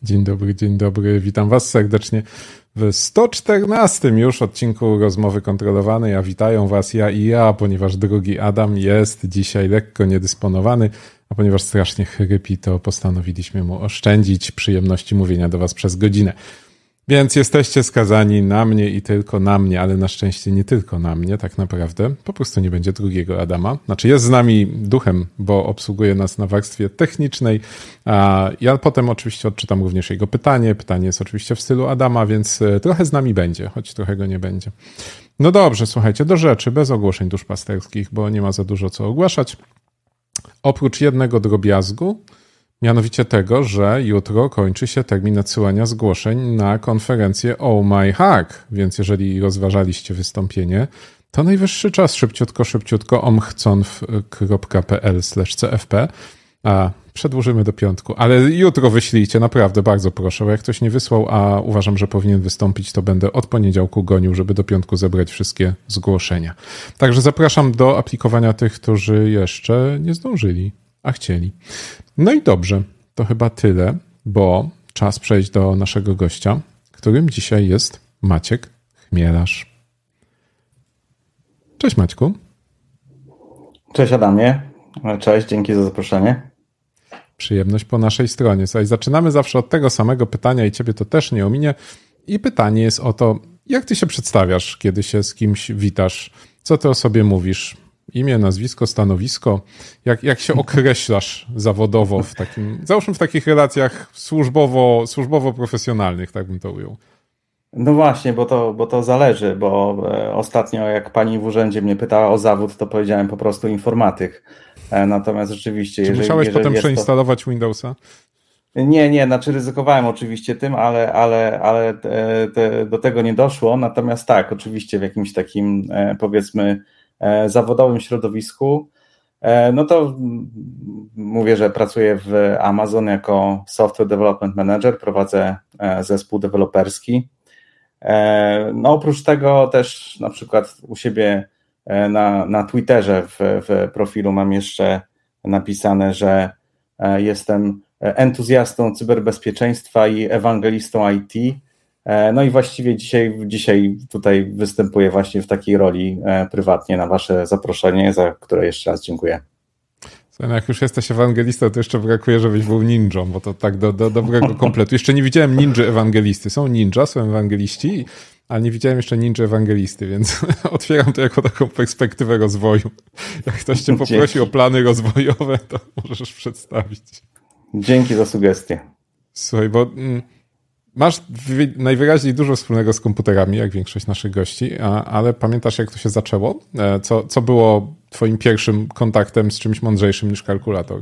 Dzień dobry, witam was serdecznie w 114 już odcinku Rozmowy Kontrolowanej, a witają was ja, ponieważ drugi Adam jest dzisiaj lekko niedysponowany, a ponieważ strasznie chrypi, to postanowiliśmy mu oszczędzić przyjemności mówienia do was przez godzinę. Więc jesteście skazani na mnie i tylko na mnie, ale na szczęście nie tylko na mnie tak naprawdę. Po prostu nie będzie drugiego Adama. Znaczy jest z nami duchem, bo obsługuje nas na warstwie technicznej. Ja potem oczywiście odczytam również jego pytanie. Pytanie jest oczywiście w stylu Adama, więc trochę z nami będzie, choć trochę go nie będzie. No dobrze, słuchajcie, do rzeczy, bez ogłoszeń duszpasterskich, bo nie ma za dużo co ogłaszać. Oprócz jednego drobiazgu, mianowicie tego, że jutro kończy się termin nadsyłania zgłoszeń na konferencję Oh My Hack, więc jeżeli rozważaliście wystąpienie, to najwyższy czas szybciutko omchconf.pl/cfp, a przedłużymy do piątku, ale jutro wyślijcie, naprawdę bardzo proszę, bo jak ktoś nie wysłał, a uważam, że powinien wystąpić, to będę od poniedziałku gonił, żeby do piątku zebrać wszystkie zgłoszenia. Także zapraszam do aplikowania tych, którzy jeszcze nie zdążyli, a chcieli. No i dobrze, to chyba tyle, bo czas przejść do naszego gościa, którym dzisiaj jest Maciek Chmielarz. Cześć Maćku. Cześć Adamie. Cześć, dzięki za zaproszenie. Przyjemność po naszej stronie. Słuchaj, zaczynamy zawsze od tego samego pytania i ciebie to też nie ominie. I pytanie jest o to, jak ty się przedstawiasz, kiedy się z kimś witasz? Co ty o sobie mówisz? Imię, nazwisko, stanowisko. Jak się określasz zawodowo w takim, załóżmy w takich relacjach służbowo-profesjonalnych, tak bym to ujął. No właśnie, bo to zależy, bo ostatnio jak pani w urzędzie mnie pytała o zawód, to powiedziałem po prostu informatyk. Natomiast rzeczywiście... Czy musiałeś potem przeinstalować Windowsa? Nie, znaczy ryzykowałem oczywiście tym, ale do tego nie doszło. Natomiast tak, oczywiście w jakimś takim powiedzmy zawodowym środowisku, no to mówię, że pracuję w Amazon jako Software Development Manager, prowadzę zespół deweloperski. No oprócz tego też na przykład u siebie na Twitterze w profilu mam jeszcze napisane, że jestem entuzjastą cyberbezpieczeństwa i ewangelistą IT. No i właściwie dzisiaj tutaj występuję właśnie w takiej roli prywatnie na wasze zaproszenie, za które jeszcze raz dziękuję. No jak już jesteś ewangelistą, to jeszcze brakuje, żebyś był ninją, bo to tak do dobrego kompletu. Jeszcze nie widziałem ninja ewangelisty. Są ninja, są ewangeliści, ale nie widziałem jeszcze ninja ewangelisty, więc otwieram to jako taką perspektywę rozwoju. Jak ktoś cię poprosi o plany rozwojowe, to możesz przedstawić. Dzięki za sugestię. Słuchaj, bo masz najwyraźniej dużo wspólnego z komputerami, jak większość naszych gości, ale pamiętasz, jak to się zaczęło? Co było twoim pierwszym kontaktem z czymś mądrzejszym niż kalkulator?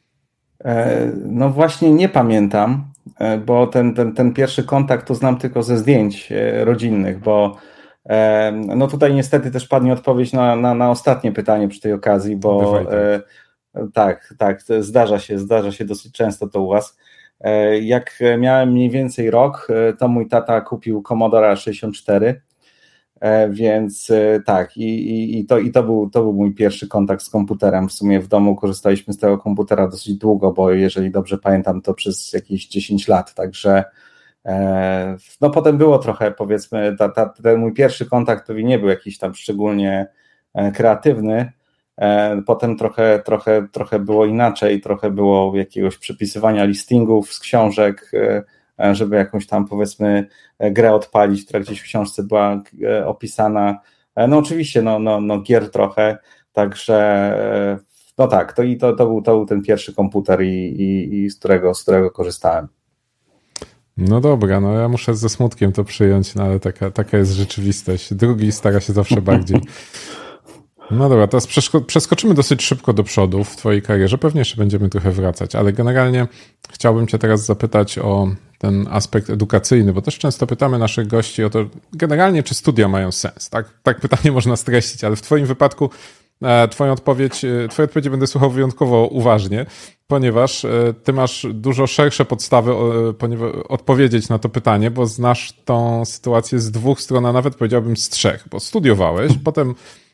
No właśnie nie pamiętam, bo ten pierwszy kontakt to znam tylko ze zdjęć rodzinnych, bo no tutaj niestety też padnie odpowiedź na ostatnie pytanie przy tej okazji, bo tak, zdarza się dosyć często to u was. Jak miałem mniej więcej rok, to mój tata kupił Commodore 64, więc tak, i to był mój pierwszy kontakt z komputerem. W sumie w domu korzystaliśmy z tego komputera dosyć długo, bo jeżeli dobrze pamiętam, to przez jakieś 10 lat, także no potem było trochę, powiedzmy, ten mój pierwszy kontakt to nie był jakiś tam szczególnie kreatywny. Potem trochę było inaczej, trochę było jakiegoś przepisywania listingów z książek, żeby jakąś tam powiedzmy grę odpalić, która gdzieś w książce była opisana. No oczywiście, no gier trochę, także no tak, to był ten pierwszy komputer i z którego korzystałem. No dobra, no ja muszę ze smutkiem to przyjąć, no ale taka jest rzeczywistość. Drugi stara się zawsze bardziej. No dobra, teraz przeskoczymy dosyć szybko do przodu w twojej karierze. Pewnie jeszcze będziemy trochę wracać, ale generalnie chciałbym cię teraz zapytać o ten aspekt edukacyjny, bo też często pytamy naszych gości o to, generalnie czy studia mają sens, tak? Tak pytanie można streścić, ale w twoim wypadku twojej odpowiedzi będę słuchał wyjątkowo uważnie, ponieważ ty masz dużo szersze podstawy odpowiedzieć na to pytanie, bo znasz tą sytuację z dwóch stron, a nawet powiedziałbym z trzech, bo studiowałeś, potem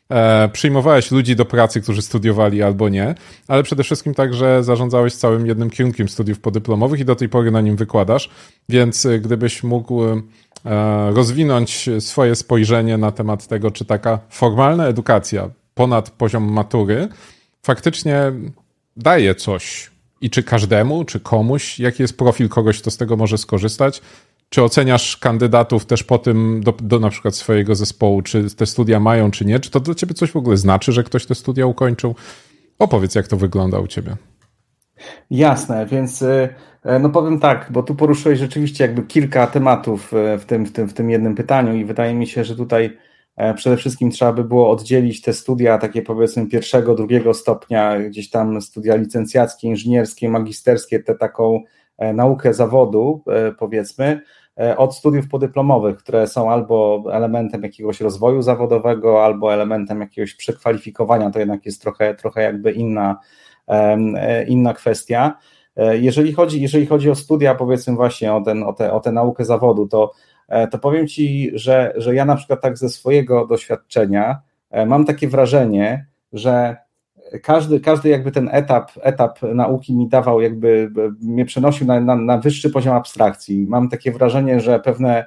przyjmowałeś ludzi do pracy, którzy studiowali albo nie, ale przede wszystkim także zarządzałeś całym jednym kierunkiem studiów podyplomowych i do tej pory na nim wykładasz, więc gdybyś mógł rozwinąć swoje spojrzenie na temat tego, czy taka formalna edukacja ponad poziom matury faktycznie daje coś i czy każdemu, czy komuś, jaki jest profil kogoś, kto z tego może skorzystać. Czy oceniasz kandydatów też po tym do na przykład swojego zespołu, czy te studia mają, czy nie? Czy to dla ciebie coś w ogóle znaczy, że ktoś te studia ukończył? Opowiedz, jak to wygląda u ciebie. Jasne, więc no powiem tak, bo tu poruszyłeś rzeczywiście jakby kilka tematów w tym jednym pytaniu i wydaje mi się, że tutaj przede wszystkim trzeba by było oddzielić te studia takie powiedzmy pierwszego, drugiego stopnia, gdzieś tam studia licencjackie, inżynierskie, magisterskie, tę taką naukę zawodu powiedzmy, od studiów podyplomowych, które są albo elementem jakiegoś rozwoju zawodowego, albo elementem jakiegoś przekwalifikowania, to jednak jest trochę jakby inna kwestia. Jeżeli chodzi o studia, powiedzmy właśnie o tę naukę zawodu, to powiem Ci, że ja na przykład tak ze swojego doświadczenia mam takie wrażenie, że każdy jakby ten etap nauki mi dawał, jakby mnie przenosił na wyższy poziom abstrakcji. Mam takie wrażenie, że pewne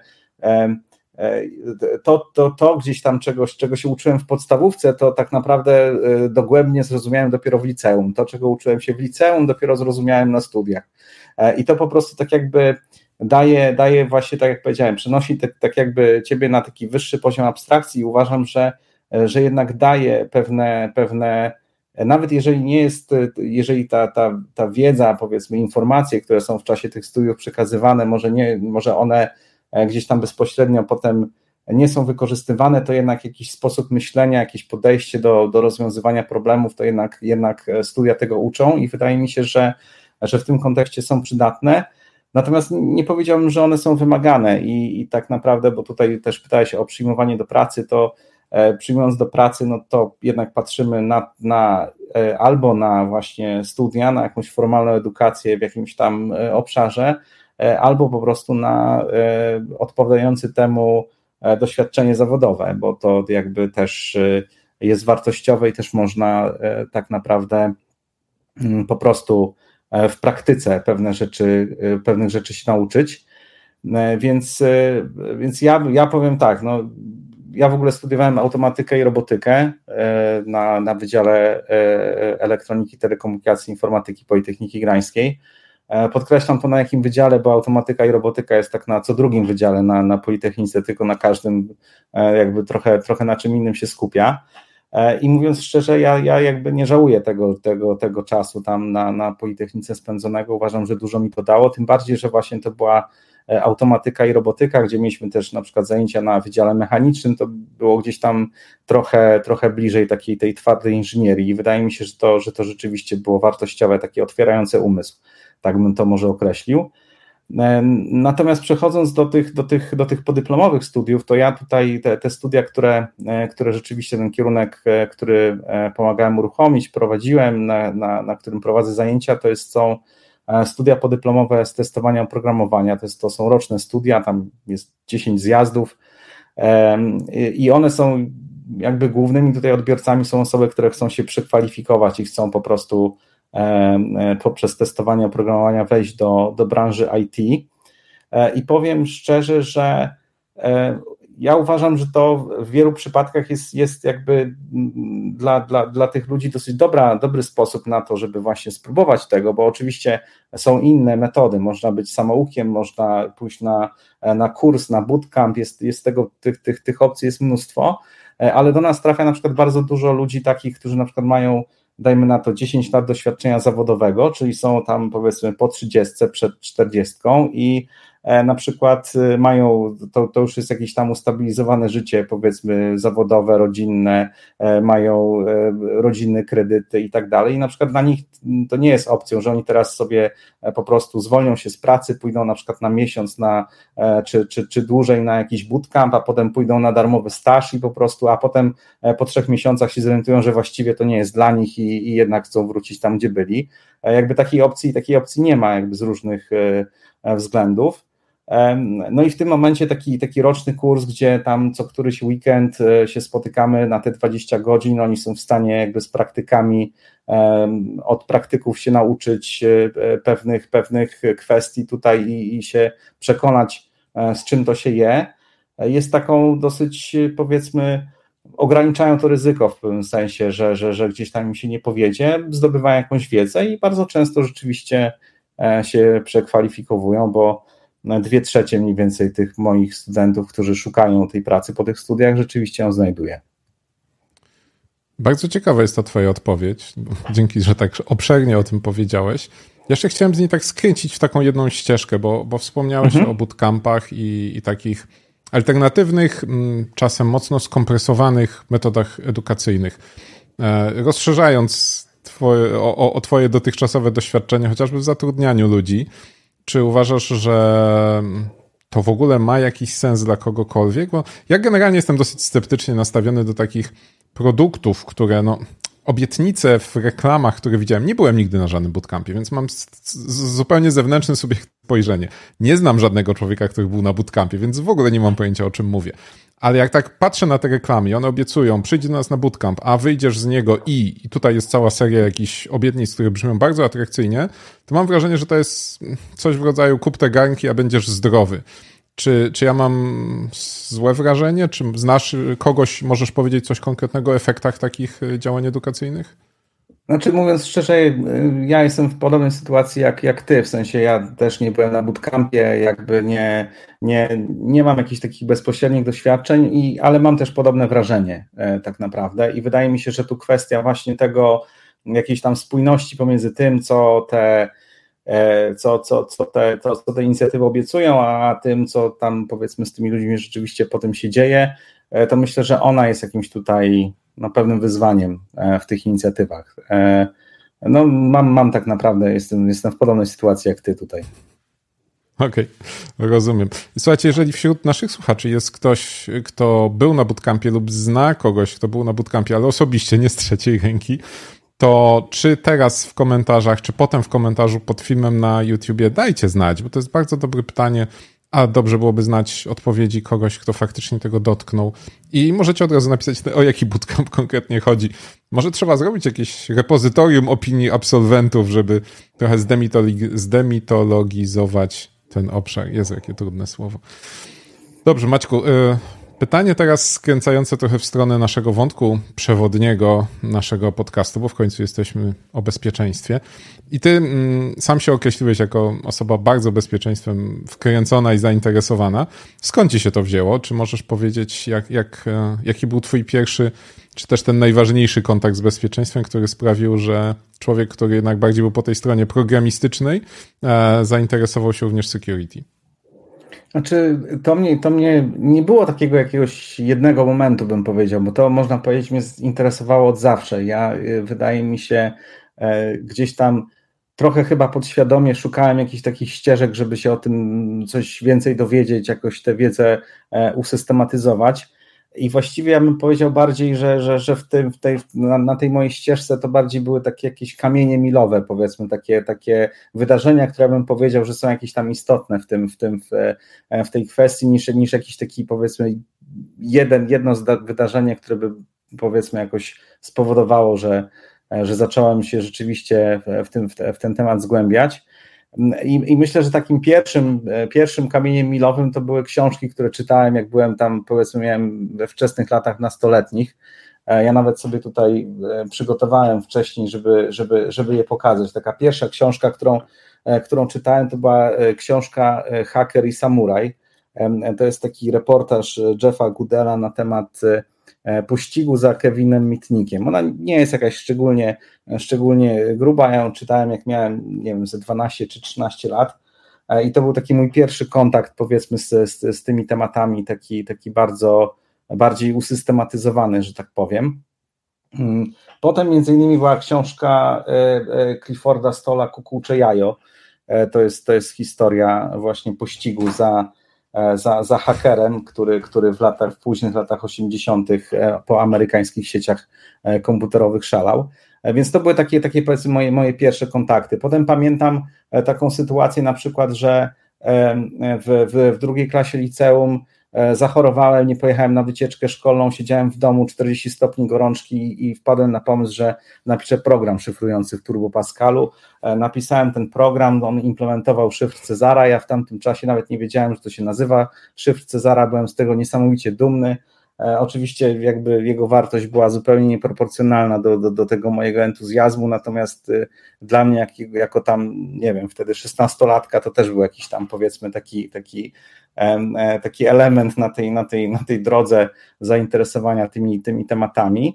to gdzieś tam czego się uczyłem w podstawówce, to tak naprawdę dogłębnie zrozumiałem dopiero w liceum. To, czego uczyłem się w liceum, dopiero zrozumiałem na studiach. I to po prostu tak jakby daje właśnie, tak jak powiedziałem, przenosi tak jakby ciebie na taki wyższy poziom abstrakcji i uważam, że jednak daje pewne nawet jeżeli nie jest, jeżeli ta wiedza, powiedzmy informacje, które są w czasie tych studiów przekazywane, może one gdzieś tam bezpośrednio potem nie są wykorzystywane, to jednak jakiś sposób myślenia, jakieś podejście do rozwiązywania problemów, to jednak studia tego uczą i wydaje mi się, że w tym kontekście są przydatne. Natomiast nie powiedziałbym, że one są wymagane i tak naprawdę, bo tutaj też pytałeś o przyjmowanie do pracy, to przyjmując do pracy, no to jednak patrzymy albo na właśnie studia, na jakąś formalną edukację w jakimś tam obszarze, albo po prostu na odpowiadający temu doświadczenie zawodowe, bo to jakby też jest wartościowe i też można tak naprawdę po prostu w praktyce pewnych rzeczy się nauczyć. Więc ja powiem tak, no ja w ogóle studiowałem automatykę i robotykę na Wydziale Elektroniki, Telekomunikacji i Informatyki Politechniki Gdańskiej. Podkreślam to na jakim wydziale, bo automatyka i robotyka jest tak na co drugim wydziale na Politechnice, tylko na każdym jakby trochę na czym innym się skupia. I mówiąc szczerze, ja jakby nie żałuję tego czasu tam na Politechnice spędzonego. Uważam, że dużo mi to dało, tym bardziej, że właśnie to była automatyka i robotyka, gdzie mieliśmy też na przykład zajęcia na Wydziale Mechanicznym, to było gdzieś tam trochę bliżej tej twardej inżynierii i wydaje mi się, że to rzeczywiście było wartościowe, takie otwierające umysł, tak bym to może określił. Natomiast przechodząc do tych podyplomowych studiów, to ja tutaj te studia, które rzeczywiście ten kierunek, który pomagałem uruchomić, prowadziłem, na którym prowadzę zajęcia, są studia podyplomowe z testowania oprogramowania, to są roczne studia, tam jest 10 zjazdów i one są jakby głównymi tutaj odbiorcami są osoby, które chcą się przekwalifikować i chcą po prostu poprzez testowanie oprogramowania wejść do branży IT i powiem szczerze, że ja uważam, że to w wielu przypadkach jest jakby dla tych ludzi dosyć dobry sposób na to, żeby właśnie spróbować tego, bo oczywiście są inne metody, można być samoukiem, można pójść na kurs, na bootcamp, jest tych opcji jest mnóstwo, ale do nas trafia na przykład bardzo dużo ludzi takich, którzy na przykład mają, dajmy na to 10 lat doświadczenia zawodowego, czyli są tam powiedzmy po 30, przed 40 i na przykład mają, to już jest jakieś tam ustabilizowane życie, powiedzmy zawodowe, rodzinne, mają rodzinne kredyty i tak dalej i na przykład dla nich to nie jest opcją, że oni teraz sobie po prostu zwolnią się z pracy, pójdą na przykład na miesiąc czy dłużej na jakiś bootcamp, a potem pójdą na darmowy staż i po prostu, a potem po 3 miesiącach się zorientują, że właściwie to nie jest dla nich i jednak chcą wrócić tam, gdzie byli. Jakby takiej opcji nie ma jakby z różnych względów. No i w tym momencie taki roczny kurs, gdzie tam co któryś weekend się spotykamy na te 20 godzin, oni są w stanie jakby z praktykami od praktyków się nauczyć pewnych kwestii tutaj i się przekonać, z czym to się je, jest taką dosyć, powiedzmy, ograniczają to ryzyko w pewnym sensie, że gdzieś tam im się nie powiedzie, zdobywają jakąś wiedzę i bardzo często rzeczywiście się przekwalifikowują, bo 2/3 mniej więcej tych moich studentów, którzy szukają tej pracy po tych studiach, rzeczywiście ją znajduje. Bardzo ciekawa jest ta twoja odpowiedź. Dzięki, że tak obszernie o tym powiedziałeś. Jeszcze chciałem z niej tak skręcić w taką jedną ścieżkę, bo wspomniałeś o bootcampach i takich alternatywnych, czasem mocno skompresowanych metodach edukacyjnych. Rozszerzając o twoje dotychczasowe doświadczenie, chociażby w zatrudnianiu ludzi, czy uważasz, że to w ogóle ma jakiś sens dla kogokolwiek? Bo ja generalnie jestem dosyć sceptycznie nastawiony do takich produktów, które obietnice w reklamach, które widziałem, nie byłem nigdy na żadnym bootcampie, więc mam zupełnie zewnętrzne sobie spojrzenie. Nie znam żadnego człowieka, który był na bootcampie, więc w ogóle nie mam pojęcia, o czym mówię. Ale jak tak patrzę na te reklamy i one obiecują, przyjdź do nas na bootcamp, a wyjdziesz z niego i tutaj jest cała seria jakichś obietnic, które brzmią bardzo atrakcyjnie, to mam wrażenie, że to jest coś w rodzaju kup te garnki, a będziesz zdrowy. Czy ja mam złe wrażenie? Czy znasz kogoś, możesz powiedzieć coś konkretnego o efektach takich działań edukacyjnych? Znaczy, mówiąc szczerze, ja jestem w podobnej sytuacji jak ty, w sensie ja też nie byłem na bootcampie, jakby nie mam jakichś takich bezpośrednich doświadczeń, ale mam też podobne wrażenie tak naprawdę i wydaje mi się, że tu kwestia właśnie tego, jakiejś tam spójności pomiędzy tym, co te inicjatywy obiecują, a tym, co tam powiedzmy z tymi ludźmi rzeczywiście potem się dzieje, to myślę, że ona jest jakimś tutaj pewnym wyzwaniem w tych inicjatywach. No mam tak naprawdę, jestem w podobnej sytuacji jak ty tutaj. Okej, rozumiem. Słuchajcie, jeżeli wśród naszych słuchaczy jest ktoś, kto był na bootcampie lub zna kogoś, kto był na bootcampie, ale osobiście, nie z trzeciej ręki, to czy teraz w komentarzach, czy potem w komentarzu pod filmem na YouTubie dajcie znać, bo to jest bardzo dobre pytanie, a dobrze byłoby znać odpowiedzi kogoś, kto faktycznie tego dotknął. I możecie od razu napisać, o jaki bootcamp konkretnie chodzi. Może trzeba zrobić jakieś repozytorium opinii absolwentów, żeby trochę zdemitologizować ten obszar. Jezu, jakie trudne słowo. Dobrze, Maćku, pytanie teraz skręcające trochę w stronę naszego wątku przewodniego naszego podcastu, bo w końcu jesteśmy o bezpieczeństwie. I ty sam się określiłeś jako osoba bardzo bezpieczeństwem wkręcona i zainteresowana. Skąd ci się to wzięło? Czy możesz powiedzieć, jaki był twój pierwszy, czy też ten najważniejszy kontakt z bezpieczeństwem, który sprawił, że człowiek, który jednak bardziej był po tej stronie programistycznej, zainteresował się również security? Znaczy, to mnie nie było takiego jakiegoś jednego momentu, bym powiedział, bo to można powiedzieć mnie interesowało od zawsze. Wydaje mi się, gdzieś tam trochę chyba podświadomie szukałem jakichś takich ścieżek, żeby się o tym coś więcej dowiedzieć, jakoś tę wiedzę usystematyzować. I właściwie ja bym powiedział bardziej, że na tej mojej ścieżce to bardziej były takie jakieś kamienie milowe, powiedzmy, takie wydarzenia, które bym powiedział, że są jakieś tam istotne w tej kwestii, niż jakiś taki, powiedzmy, jedno wydarzenie, które by, powiedzmy, jakoś spowodowało, że zacząłem się rzeczywiście w ten temat zgłębiać. I myślę, że takim pierwszym kamieniem milowym to były książki, które czytałem, jak byłem tam, powiedzmy, miałem we wczesnych latach nastoletnich. Ja nawet sobie tutaj przygotowałem wcześniej, żeby je pokazać. Taka pierwsza książka, którą czytałem, to była książka Haker i Samuraj. To jest taki reportaż Jeffa Goodella na temat pościgu za Kevinem Mitnickiem. Ona nie jest jakaś szczególnie gruba, ja ją czytałem jak miałem, nie wiem, ze 12 czy 13 lat i to był taki mój pierwszy kontakt, powiedzmy, z tymi tematami, taki bardziej usystematyzowany, że tak powiem. Potem między innymi była książka Clifforda Stolla Kukułcze Jajo. To jest historia właśnie pościgu za hakerem, który w późnych latach 80. po amerykańskich sieciach komputerowych szalał. Więc to były takie powiedzmy moje pierwsze kontakty. Potem pamiętam taką sytuację na przykład, że w drugiej klasie liceum, zachorowałem, nie pojechałem na wycieczkę szkolną, siedziałem w domu, 40 stopni gorączki i wpadłem na pomysł, że napiszę program szyfrujący w Turbo Pascalu. Napisałem ten program, on implementował szyfr Cezara, ja w tamtym czasie nawet nie wiedziałem, że to się nazywa szyfr Cezara, byłem z tego niesamowicie dumny. Oczywiście jakby jego wartość była zupełnie nieproporcjonalna do tego mojego entuzjazmu, natomiast dla mnie jako tam, nie wiem, wtedy 16-latka to też był jakiś tam, powiedzmy, taki element na tej drodze zainteresowania tymi tematami.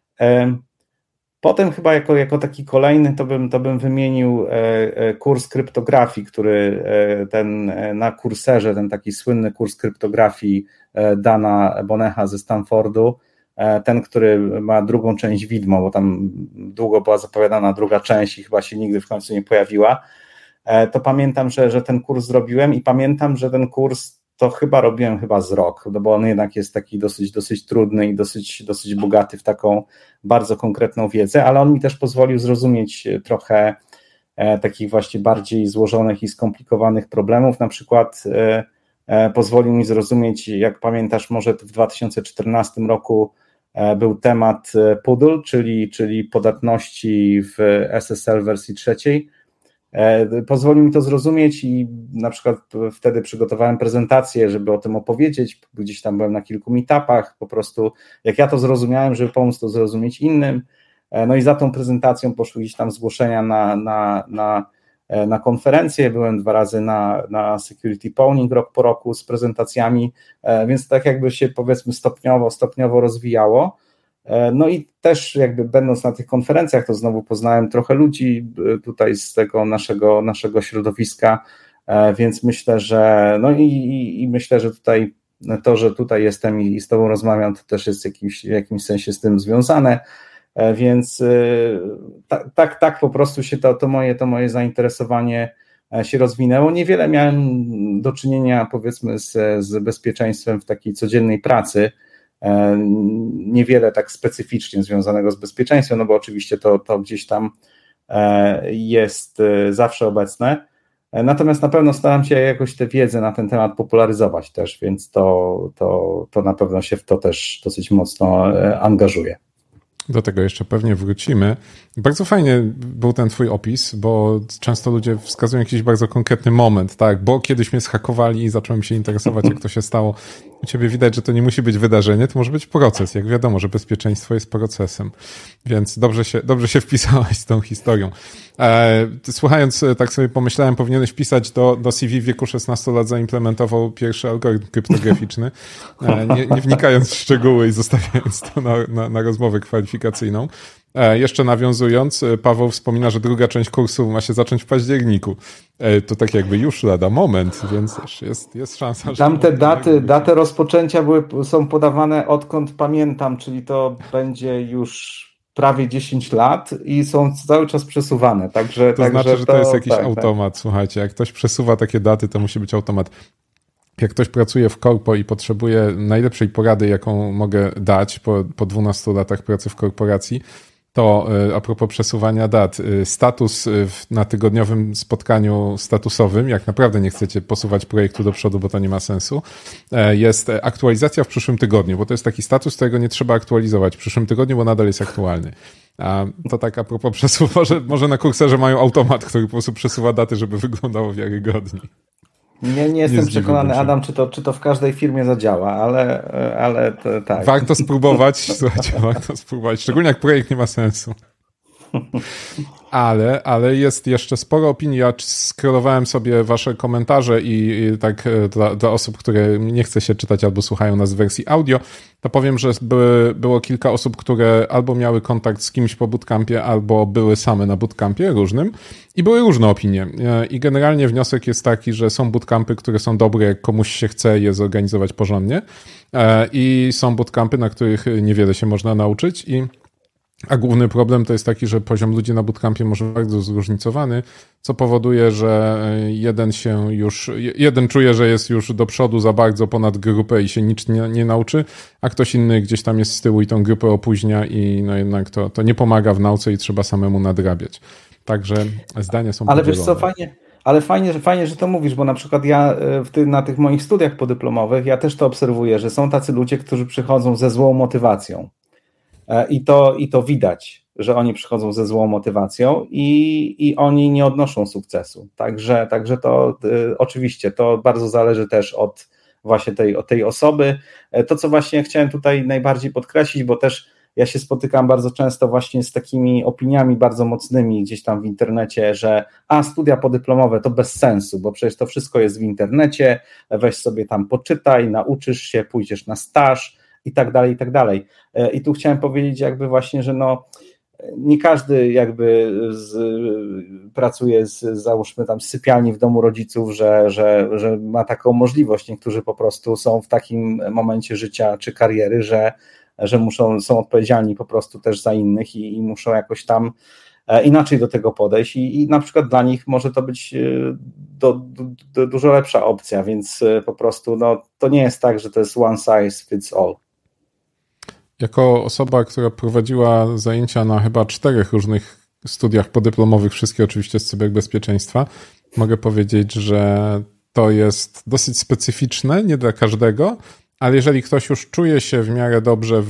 Potem chyba jako taki kolejny to bym wymienił kurs kryptografii, który na Courserze, ten taki słynny kurs kryptografii Dana Boneha ze Stanfordu, ten, który ma drugą część widmo, bo tam długo była zapowiadana druga część i chyba się nigdy w końcu nie pojawiła, to pamiętam, że ten kurs zrobiłem i pamiętam, że ten kurs to robiłem z rok, bo on jednak jest taki dosyć trudny i dosyć bogaty w taką bardzo konkretną wiedzę, ale on mi też pozwolił zrozumieć trochę takich właśnie bardziej złożonych i skomplikowanych problemów, na przykład pozwolił mi zrozumieć, jak pamiętasz, może w 2014 roku był temat PUDL, czyli podatności w SSL wersji 3. Pozwolił mi to zrozumieć i na przykład wtedy przygotowałem prezentację, żeby o tym opowiedzieć, gdzieś tam byłem na kilku meetupach, po prostu jak ja to zrozumiałem, żeby pomóc to zrozumieć innym, no i za tą prezentacją poszły gdzieś tam zgłoszenia na konferencję, byłem 2 razy na Security Pawning rok po roku z prezentacjami, więc tak jakby się powiedzmy stopniowo rozwijało. No i też jakby będąc na tych konferencjach, to znowu poznałem trochę ludzi tutaj z tego naszego środowiska, więc myślę, że i myślę, że tutaj to, że tutaj jestem i z Tobą rozmawiam, to też jest w jakimś sensie z tym związane, więc tak po prostu się to moje zainteresowanie się rozwinęło. Niewiele miałem do czynienia powiedzmy z bezpieczeństwem w takiej codziennej pracy, niewiele tak specyficznie związanego z bezpieczeństwem, no bo oczywiście to gdzieś tam jest zawsze obecne, natomiast na pewno staram się jakoś tę wiedzę na ten temat popularyzować też, więc to na pewno się w to też dosyć mocno angażuję. Do tego jeszcze pewnie wrócimy. Bardzo fajnie był ten twój opis, bo często ludzie wskazują jakiś bardzo konkretny moment, tak, bo kiedyś mnie zhakowali i zacząłem się interesować, jak to się stało. U ciebie widać, że to nie musi być wydarzenie, to może być proces. Jak wiadomo, że bezpieczeństwo jest procesem, więc dobrze się wpisałeś z tą historią. Słuchając, tak sobie pomyślałem, powinieneś wpisać do CV w wieku 16 lat zaimplementował pierwszy algorytm kryptograficzny, nie wnikając w szczegóły i zostawiając to na rozmowę kwalifikacyjną. Jeszcze nawiązując, Paweł wspomina, że druga część kursu ma się zacząć w październiku. To tak jakby już lada moment, więc też jest szansa, że... Tamte daty rozpoczęcia są podawane odkąd pamiętam, czyli to będzie już prawie 10 lat i są cały czas przesuwane. To znaczy, że to jest jakiś automat. Słuchajcie, jak ktoś przesuwa takie daty, to musi być automat. Jak ktoś pracuje w korpo i potrzebuje najlepszej porady, jaką mogę dać po 12 latach pracy w korporacji, to a propos przesuwania dat, status na tygodniowym spotkaniu statusowym, jak naprawdę nie chcecie posuwać projektu do przodu, bo to nie ma sensu, jest aktualizacja w przyszłym tygodniu, bo to jest taki status, którego nie trzeba aktualizować w przyszłym tygodniu, bo nadal jest aktualny. A to tak a propos przesuwa, może na Courserze mają automat, który po prostu przesuwa daty, żeby wyglądało wiarygodniej. Nie jestem przekonany, Adam, czy to w każdej firmie zadziała, ale tak. Warto spróbować, słuchajcie, szczególnie jak projekt nie ma sensu. Ale jest jeszcze sporo opinii. Ja scrollowałem sobie wasze komentarze i tak dla osób, które nie chce się czytać albo słuchają nas w wersji audio, to powiem, że było kilka osób, które albo miały kontakt z kimś po bootcampie, albo były same na bootcampie różnym i były różne opinie. I generalnie wniosek jest taki, że są bootcampy, które są dobre, jak komuś się chce je zorganizować porządnie, i są bootcampy, na których niewiele się można nauczyć a główny problem to jest taki, że poziom ludzi na bootcampie może być bardzo zróżnicowany, co powoduje, że jeden czuje, że jest już do przodu za bardzo ponad grupę i się nic nie nauczy, a ktoś inny gdzieś tam jest z tyłu i tą grupę opóźnia i no jednak to nie pomaga w nauce i trzeba samemu nadrabiać. Także zdania są podzielone. Ale wiesz co, Ale fajnie, że to mówisz, bo na przykład ja na tych moich studiach podyplomowych ja też to obserwuję, że są tacy ludzie, którzy przychodzą ze złą motywacją. I to widać, że oni przychodzą ze złą motywacją i oni nie odnoszą sukcesu. Także to oczywiście to bardzo zależy też od właśnie tej osoby. To, co właśnie chciałem tutaj najbardziej podkreślić, bo też ja się spotykam bardzo często właśnie z takimi opiniami bardzo mocnymi gdzieś tam w internecie, że studia podyplomowe to bez sensu, bo przecież to wszystko jest w internecie, weź sobie tam poczytaj, nauczysz się, pójdziesz na staż i tak dalej, i tak dalej. I tu chciałem powiedzieć jakby właśnie, że nie każdy jakby pracuje załóżmy tam z sypialni w domu rodziców, że ma taką możliwość. Niektórzy po prostu są w takim momencie życia czy kariery, że są odpowiedzialni po prostu też za innych i muszą jakoś tam inaczej do tego podejść i na przykład dla nich może to być dużo lepsza opcja, więc po prostu to nie jest tak, że to jest one size fits all. Jako osoba, która prowadziła zajęcia na chyba 4 różnych studiach podyplomowych, wszystkie oczywiście z cyberbezpieczeństwa, mogę powiedzieć, że to jest dosyć specyficzne, nie dla każdego, ale jeżeli ktoś już czuje się w miarę dobrze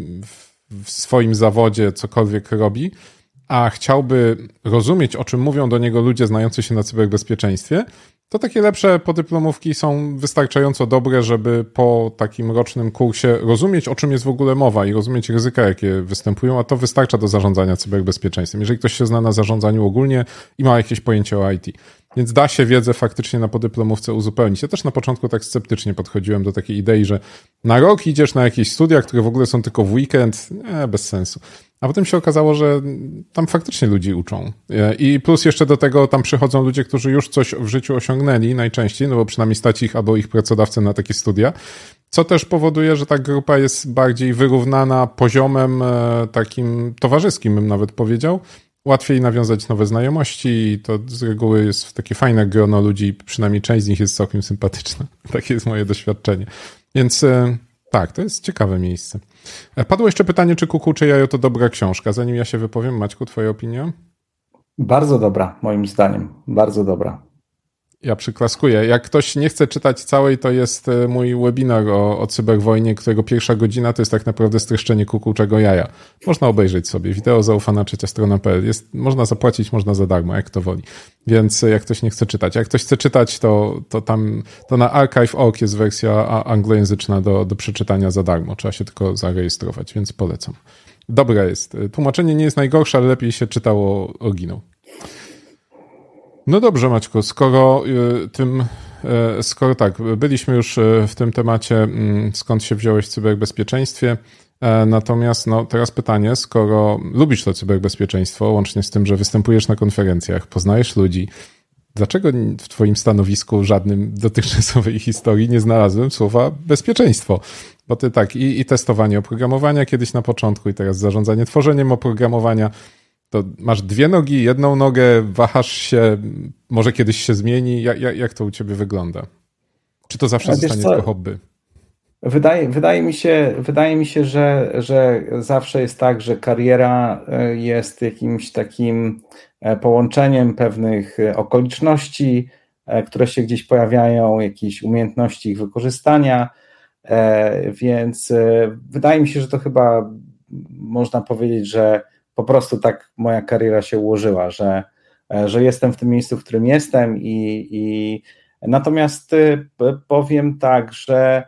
w swoim zawodzie, cokolwiek robi, a chciałby rozumieć, o czym mówią do niego ludzie znający się na cyberbezpieczeństwie, to takie lepsze podyplomówki są wystarczająco dobre, żeby po takim rocznym kursie rozumieć, o czym jest w ogóle mowa i rozumieć ryzyka, jakie występują, a to wystarcza do zarządzania cyberbezpieczeństwem. Jeżeli ktoś się zna na zarządzaniu ogólnie i ma jakieś pojęcie o IT. Więc da się wiedzę faktycznie na podyplomówce uzupełnić. Ja też na początku tak sceptycznie podchodziłem do takiej idei, że na rok idziesz na jakieś studia, które w ogóle są tylko w weekend, bez sensu. A potem się okazało, że tam faktycznie ludzi uczą. I plus jeszcze do tego tam przychodzą ludzie, którzy już coś w życiu osiągnęli najczęściej, no bo przynajmniej stać ich albo ich pracodawcę na takie studia, co też powoduje, że ta grupa jest bardziej wyrównana poziomem takim towarzyskim, bym nawet powiedział. Łatwiej nawiązać nowe znajomości i to z reguły jest takie fajne grono ludzi, przynajmniej część z nich jest całkiem sympatyczna. Takie jest moje doświadczenie. Więc tak, to jest ciekawe miejsce. Padło jeszcze pytanie, czy Kukułcze Jajo to dobra książka. Zanim ja się wypowiem, Maćku, twoja opinia? Bardzo dobra, moim zdaniem. Bardzo dobra. Ja przyklaskuję. Jak ktoś nie chce czytać całej, to jest mój webinar o cyberwojnie, którego pierwsza godzina to jest tak naprawdę streszczenie Kukułczego Jaja. Można obejrzeć sobie. Wideo zaufana trzecia strona.pl. Można zapłacić, można za darmo, jak to woli. Więc jak ktoś nie chce czytać. Jak ktoś chce czytać, to na archive.org jest wersja anglojęzyczna do przeczytania za darmo. Trzeba się tylko zarejestrować, więc polecam. Dobra jest. Tłumaczenie nie jest najgorsze, ale lepiej się czytało oryginał. No dobrze, Maćku, skoro tak, byliśmy już w tym temacie, skąd się wziąłeś w cyberbezpieczeństwie, natomiast teraz pytanie, skoro lubisz to cyberbezpieczeństwo, łącznie z tym, że występujesz na konferencjach, poznajesz ludzi, dlaczego w twoim stanowisku żadnym dotychczasowej historii nie znalazłem słowa bezpieczeństwo? Bo ty tak, i testowanie oprogramowania kiedyś na początku i teraz zarządzanie tworzeniem oprogramowania. To masz 2 nogi, 1 nogę, wahasz się, może kiedyś się zmieni. Jak to u ciebie wygląda? Czy to zawsze zostanie tylko hobby? Wydaje mi się, że zawsze jest tak, że kariera jest jakimś takim połączeniem pewnych okoliczności, które się gdzieś pojawiają, jakichś umiejętności ich wykorzystania, więc wydaje mi się, że to chyba można powiedzieć, że po prostu tak moja kariera się ułożyła, że jestem w tym miejscu, w którym jestem i natomiast powiem tak, że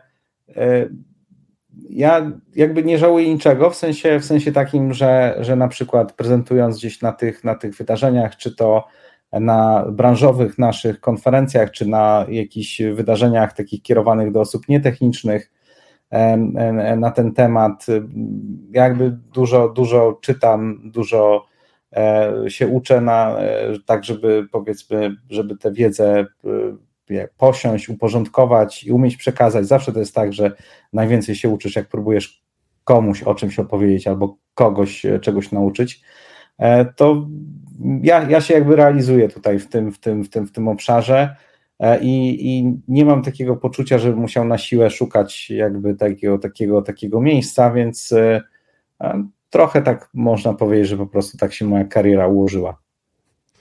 ja jakby nie żałuję niczego, w sensie takim, że na przykład prezentując gdzieś na tych wydarzeniach, czy to na branżowych naszych konferencjach, czy na jakichś wydarzeniach takich kierowanych do osób nietechnicznych, na ten temat. Jakby dużo czytam, dużo się uczę tak, żeby powiedzmy, żeby tę wiedzę posiąść, uporządkować i umieć przekazać. Zawsze to jest tak, że najwięcej się uczysz, jak próbujesz komuś o czymś opowiedzieć albo kogoś czegoś nauczyć. To ja się jakby realizuję tutaj w tym obszarze. I nie mam takiego poczucia, że musiał na siłę szukać jakby takiego miejsca, więc trochę tak można powiedzieć, że po prostu tak się moja kariera ułożyła.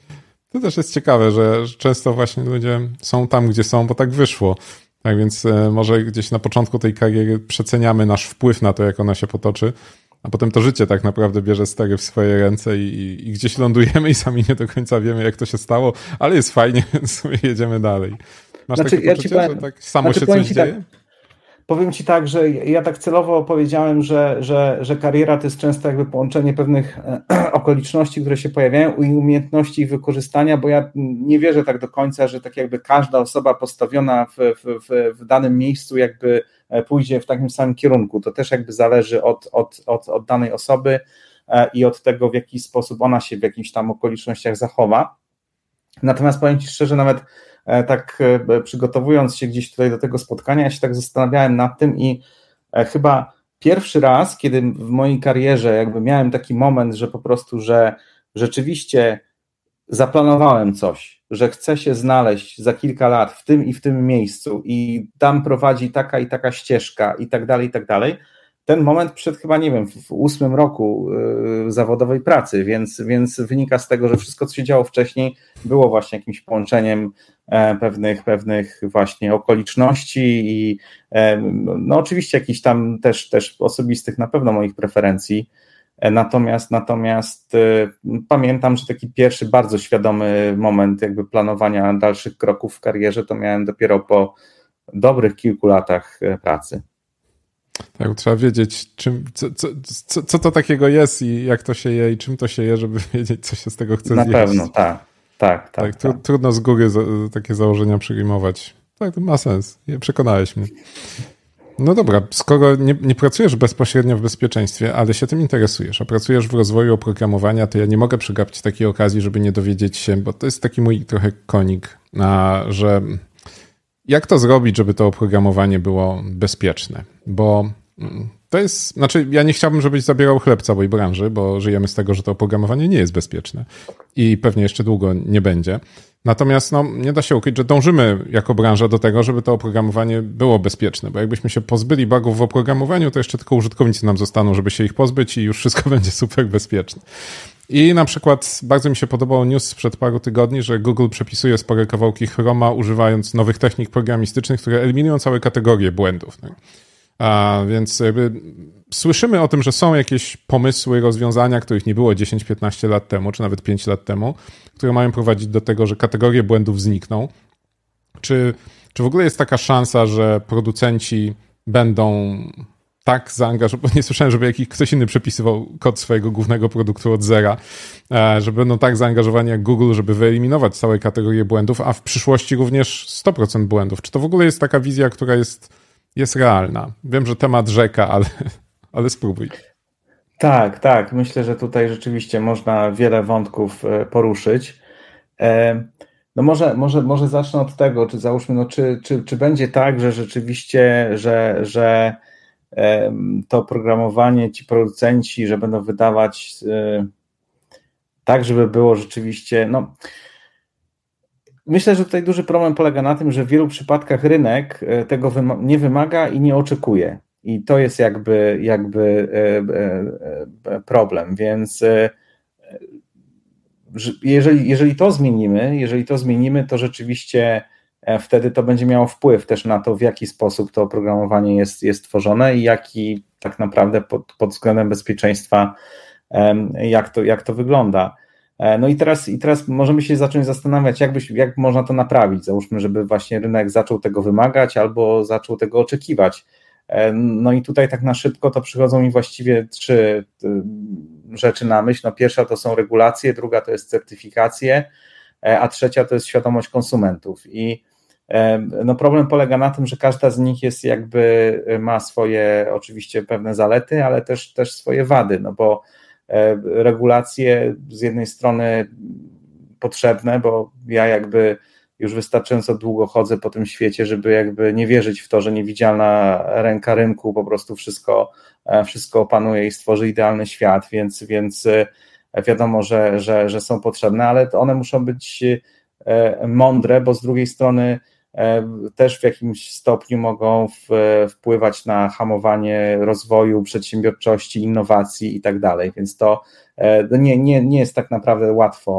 To też jest ciekawe, że często właśnie ludzie są tam, gdzie są, bo tak wyszło. Tak więc może gdzieś na początku tej kariery przeceniamy nasz wpływ na to, jak ona się potoczy, a potem to życie tak naprawdę bierze stery w swoje ręce i gdzieś lądujemy i sami nie do końca wiemy, jak to się stało, ale jest fajnie, więc sobie jedziemy dalej. Masz takie poczucie, że tak samo się coś dzieje? Tak, powiem ci tak, że ja tak celowo powiedziałem, że kariera to jest często jakby połączenie pewnych okoliczności, które się pojawiają i umiejętności ich wykorzystania, bo ja nie wierzę tak do końca, że tak jakby każda osoba postawiona w danym miejscu jakby pójdzie w takim samym kierunku. To też jakby zależy od danej osoby i od tego, w jaki sposób ona się w jakichś tam okolicznościach zachowa. Natomiast powiem ci szczerze, nawet tak przygotowując się gdzieś tutaj do tego spotkania, ja się tak zastanawiałem nad tym i chyba pierwszy raz, kiedy w mojej karierze jakby miałem taki moment, że po prostu, że rzeczywiście zaplanowałem coś, że chcę się znaleźć za kilka lat w tym i w tym miejscu i tam prowadzi taka i taka ścieżka i tak dalej, ten moment przed chyba, nie wiem, w 8 roku zawodowej pracy, więc wynika z tego, że wszystko, co się działo wcześniej, było właśnie jakimś połączeniem pewnych właśnie okoliczności i no oczywiście jakichś tam też osobistych na pewno moich preferencji. Natomiast pamiętam, że taki pierwszy bardzo świadomy moment jakby planowania dalszych kroków w karierze to miałem dopiero po dobrych kilku latach pracy. Tak, trzeba wiedzieć, co to takiego jest i jak to się je i czym to się je, żeby wiedzieć, co się z tego chce Na zjeść. pewno, tak. Trudno z góry takie założenia przyjmować. Tak, to ma sens. Przekonałeś mnie. No dobra, skoro nie pracujesz bezpośrednio w bezpieczeństwie, ale się tym interesujesz, a pracujesz w rozwoju oprogramowania, to ja nie mogę przegapić takiej okazji, żeby nie dowiedzieć się, bo to jest taki mój trochę konik, że jak to zrobić, żeby to oprogramowanie było bezpieczne? Bo to jest, znaczy ja nie chciałbym, żebyś zabierał chleb całej branży, bo żyjemy z tego, że to oprogramowanie nie jest bezpieczne i pewnie jeszcze długo nie będzie. Natomiast nie da się ukryć, że dążymy jako branża do tego, żeby to oprogramowanie było bezpieczne, bo jakbyśmy się pozbyli bugów w oprogramowaniu, to jeszcze tylko użytkownicy nam zostaną, żeby się ich pozbyć i już wszystko będzie super bezpieczne. I na przykład bardzo mi się podobał news sprzed paru tygodni, że Google przepisuje spore kawałki Chroma używając nowych technik programistycznych, które eliminują całe kategorie błędów. A więc jakby słyszymy o tym, że są jakieś pomysły, rozwiązania, których nie było 10-15 lat temu, czy nawet 5 lat temu, które mają prowadzić do tego, że kategorie błędów znikną. Czy w ogóle jest taka szansa, że producenci będą tak zaangażowani, nie słyszałem, żeby ktoś inny przepisywał kod swojego głównego produktu od zera, że będą tak zaangażowani jak Google, żeby wyeliminować całe kategorie błędów, a w przyszłości również 100% błędów. Czy to w ogóle jest taka wizja, która jest realna? Wiem, że temat rzeka, ale spróbuj. Tak. Myślę, że tutaj rzeczywiście można wiele wątków poruszyć. No może zacznę od tego, czy załóżmy, czy będzie tak, że rzeczywiście, że to oprogramowanie, ci producenci, że będą wydawać tak, żeby było rzeczywiście, myślę, że tutaj duży problem polega na tym, że w wielu przypadkach rynek tego nie wymaga i nie oczekuje. I to jest jakby problem, więc jeżeli to zmienimy, to rzeczywiście wtedy to będzie miało wpływ też na to, w jaki sposób to oprogramowanie jest tworzone i jaki tak naprawdę pod względem bezpieczeństwa, jak to wygląda. No i teraz możemy się zacząć zastanawiać, jak można to naprawić. Załóżmy, żeby właśnie rynek zaczął tego wymagać albo zaczął tego oczekiwać. No i tutaj tak na szybko to przychodzą mi właściwie 3 rzeczy na myśl. No pierwsza to są regulacje, druga to jest certyfikacje, a trzecia to jest świadomość konsumentów. I no problem polega na tym, że każda z nich jest ma swoje oczywiście pewne zalety, ale też swoje wady, no bo regulacje z jednej strony potrzebne, bo ja już wystarczająco długo chodzę po tym świecie, żeby nie wierzyć w to, że niewidzialna ręka rynku po prostu wszystko opanuje i stworzy idealny świat, więc wiadomo, że są potrzebne, ale one muszą być mądre, bo z drugiej strony też w jakimś stopniu mogą wpływać na hamowanie rozwoju, przedsiębiorczości, innowacji i tak dalej, więc to nie jest tak naprawdę łatwo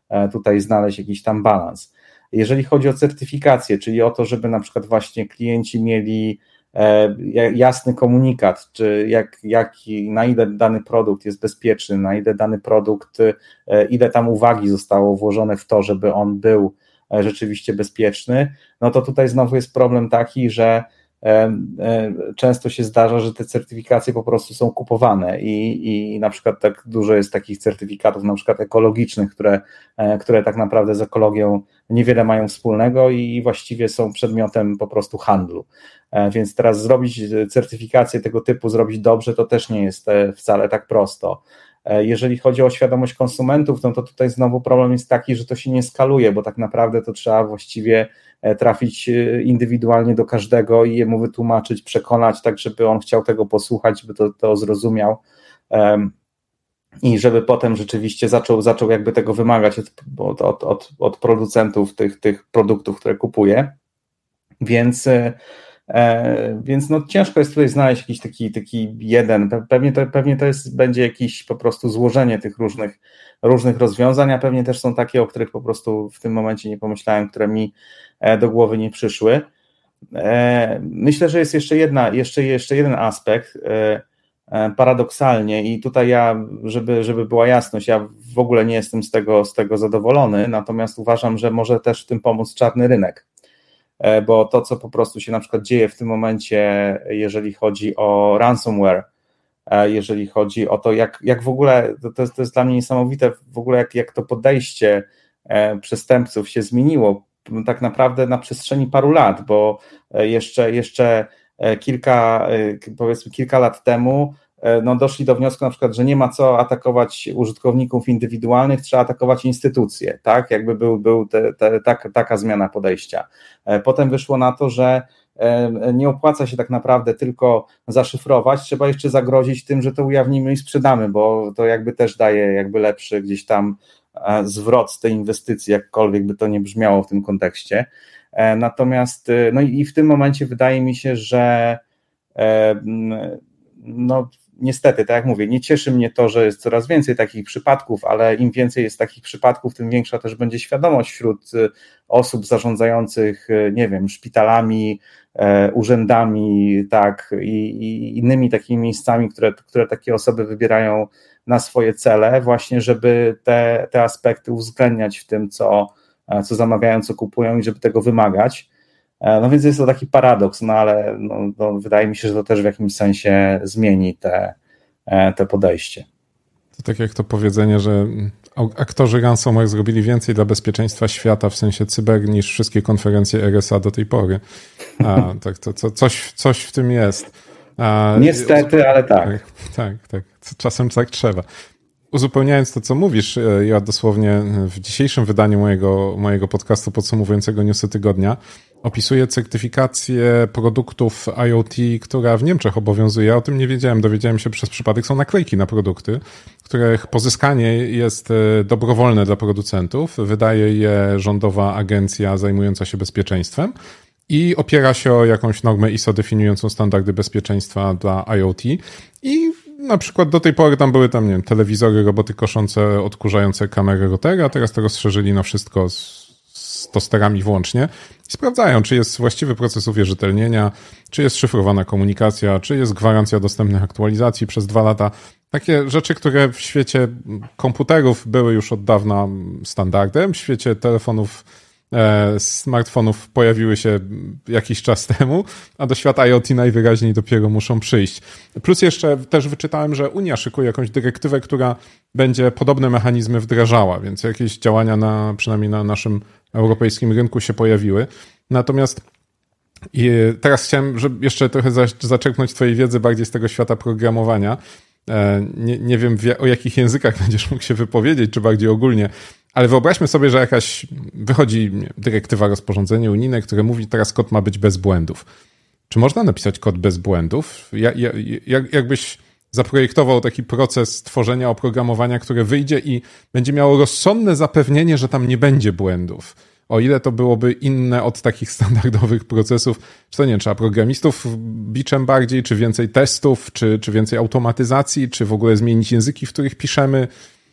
tutaj znaleźć jakiś tam balans. Jeżeli chodzi o certyfikację, czyli o to, żeby na przykład właśnie klienci mieli jasny komunikat, czy na ile dany produkt jest bezpieczny, na ile dany produkt, ile tam uwagi zostało włożone w to, żeby on był rzeczywiście bezpieczny, no to tutaj znowu jest problem taki, że często się zdarza, że te certyfikacje po prostu są kupowane i na przykład tak dużo jest takich certyfikatów, na przykład ekologicznych, które tak naprawdę z ekologią niewiele mają wspólnego i właściwie są przedmiotem po prostu handlu. Więc teraz zrobić certyfikację tego typu, zrobić dobrze, to też nie jest wcale tak prosto. Jeżeli chodzi o świadomość konsumentów, no to tutaj znowu problem jest taki, że to się nie skaluje, bo tak naprawdę to trzeba właściwie trafić indywidualnie do każdego i jemu wytłumaczyć, przekonać, tak żeby on chciał tego posłuchać, żeby to zrozumiał i żeby potem rzeczywiście zaczął jakby tego wymagać od producentów tych produktów, które kupuje. Więc no ciężko jest tutaj znaleźć jakiś taki jeden, pewnie to będzie jakieś po prostu złożenie tych różnych rozwiązań, a pewnie też są takie, o których po prostu w tym momencie nie pomyślałem, które mi do głowy nie przyszły. Myślę, że jest jeszcze jeden aspekt, paradoksalnie, i tutaj ja, żeby była jasność, ja w ogóle nie jestem z tego zadowolony, natomiast uważam, że może też w tym pomóc czarny rynek, bo to, co po prostu się na przykład dzieje w tym momencie, jeżeli chodzi o ransomware, jeżeli chodzi o to, jak w ogóle, to jest dla mnie niesamowite w ogóle, jak to podejście przestępców się zmieniło tak naprawdę na przestrzeni paru lat, bo jeszcze kilka lat temu no doszli do wniosku na przykład, że nie ma co atakować użytkowników indywidualnych, trzeba atakować instytucje, tak? Jakby był taka zmiana podejścia. Potem wyszło na to, że nie opłaca się tak naprawdę tylko zaszyfrować, trzeba jeszcze zagrozić tym, że to ujawnimy i sprzedamy, bo to jakby też daje jakby lepszy gdzieś tam zwrot z tej inwestycji, jakkolwiek by to nie brzmiało w tym kontekście. Natomiast no i w tym momencie wydaje mi się, że no niestety, tak jak mówię, nie cieszy mnie to, że jest coraz więcej takich przypadków, ale im więcej jest takich przypadków, tym większa też będzie świadomość wśród osób zarządzających, nie wiem, szpitalami, urzędami, tak, i innymi takimi miejscami, które takie osoby wybierają na swoje cele, właśnie żeby te aspekty uwzględniać w tym, co zamawiają, co kupują i żeby tego wymagać. No więc jest to taki paradoks, no ale no, wydaje mi się, że to też w jakimś sensie zmieni te podejście. To tak jak to powiedzenie, że aktorzy ransomware zrobili więcej dla bezpieczeństwa świata w sensie cyber niż wszystkie konferencje RSA do tej pory. Tak, to coś w tym jest. Niestety, ale tak. Tak. Czasem tak trzeba. Uzupełniając to, co mówisz, ja dosłownie w dzisiejszym wydaniu mojego podcastu podsumowującego newsy tygodnia opisuję certyfikację produktów IoT, która w Niemczech obowiązuje. O tym nie wiedziałem, dowiedziałem się przez przypadek. Są naklejki na produkty, których pozyskanie jest dobrowolne dla producentów. Wydaje je rządowa agencja zajmująca się bezpieczeństwem i opiera się o jakąś normę ISO definiującą standardy bezpieczeństwa dla IoT. I na przykład do tej pory tam były nie wiem, telewizory, roboty koszące, odkurzające kamery routera, a teraz to rozszerzyli na wszystko z tosterami włącznie i sprawdzają, czy jest właściwy proces uwierzytelnienia, czy jest szyfrowana komunikacja, czy jest gwarancja dostępnych aktualizacji przez 2 lata. Takie rzeczy, które w świecie komputerów były już od dawna standardem, w świecie telefonów, smartfonów pojawiły się jakiś czas temu, a do świata IoT najwyraźniej dopiero muszą przyjść. Plus jeszcze też wyczytałem, że Unia szykuje jakąś dyrektywę, która będzie podobne mechanizmy wdrażała, więc jakieś działania przynajmniej na naszym europejskim rynku się pojawiły. Natomiast teraz chciałem jeszcze trochę zaczerpnąć twojej wiedzy bardziej z tego świata programowania. Nie wiem, o jakich językach będziesz mógł się wypowiedzieć, czy bardziej ogólnie, ale wyobraźmy sobie, że wychodzi dyrektywa, rozporządzenie unijne, które mówi, teraz kod ma być bez błędów. Czy można napisać kod bez błędów? Jakbyś zaprojektował taki proces tworzenia oprogramowania, które wyjdzie i będzie miało rozsądne zapewnienie, że tam nie będzie błędów? O ile to byłoby inne od takich standardowych procesów, czy to nie trzeba programistów biczem bardziej, czy więcej testów, czy więcej automatyzacji, czy w ogóle zmienić języki, w których piszemy?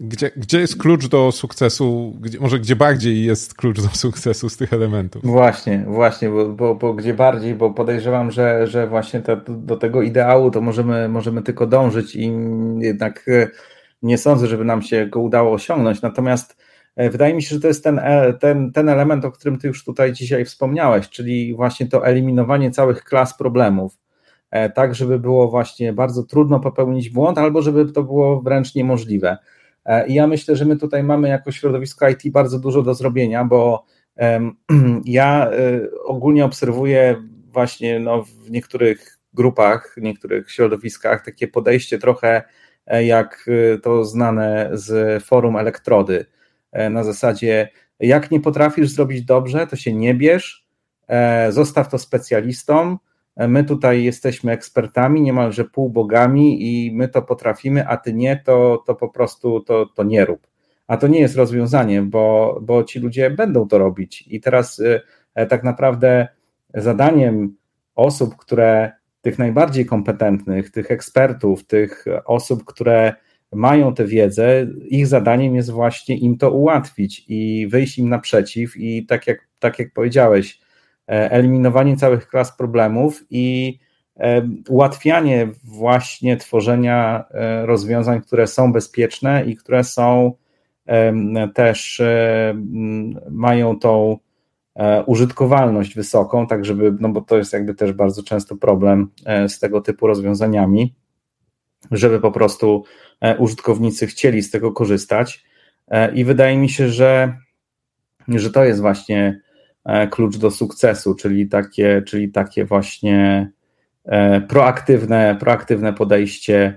Gdzie jest klucz do sukcesu, może gdzie bardziej jest klucz do sukcesu z tych elementów? Właśnie, bo gdzie bardziej, bo podejrzewam, że właśnie do tego ideału to możemy tylko dążyć i jednak nie sądzę, żeby nam się go udało osiągnąć, natomiast wydaje mi się, że to jest ten element, o którym ty już tutaj dzisiaj wspomniałeś, czyli właśnie to eliminowanie całych klas problemów, tak żeby było właśnie bardzo trudno popełnić błąd, albo żeby to było wręcz niemożliwe. I ja myślę, że my tutaj mamy jako środowisko IT bardzo dużo do zrobienia, bo ja ogólnie obserwuję właśnie w niektórych grupach, w niektórych środowiskach takie podejście trochę jak to znane z forum Elektrody, na zasadzie jak nie potrafisz zrobić dobrze, to się nie bierz, zostaw to specjalistom, my tutaj jesteśmy ekspertami, niemalże półbogami i my to potrafimy, a ty nie, to po prostu to nie rób. A to nie jest rozwiązanie, bo ci ludzie będą to robić i teraz tak naprawdę zadaniem osób, tych najbardziej kompetentnych, tych ekspertów, tych osób, które mają tę wiedzę, ich zadaniem jest właśnie im to ułatwić i wyjść im naprzeciw i tak jak powiedziałeś, eliminowanie całych klas problemów i ułatwianie właśnie tworzenia rozwiązań, które są bezpieczne i które są też mają tą użytkowalność wysoką, tak żeby, no bo to jest jakby też bardzo często problem z tego typu rozwiązaniami, żeby po prostu użytkownicy chcieli z tego korzystać i wydaje mi się, że to jest właśnie klucz do sukcesu, czyli takie właśnie proaktywne podejście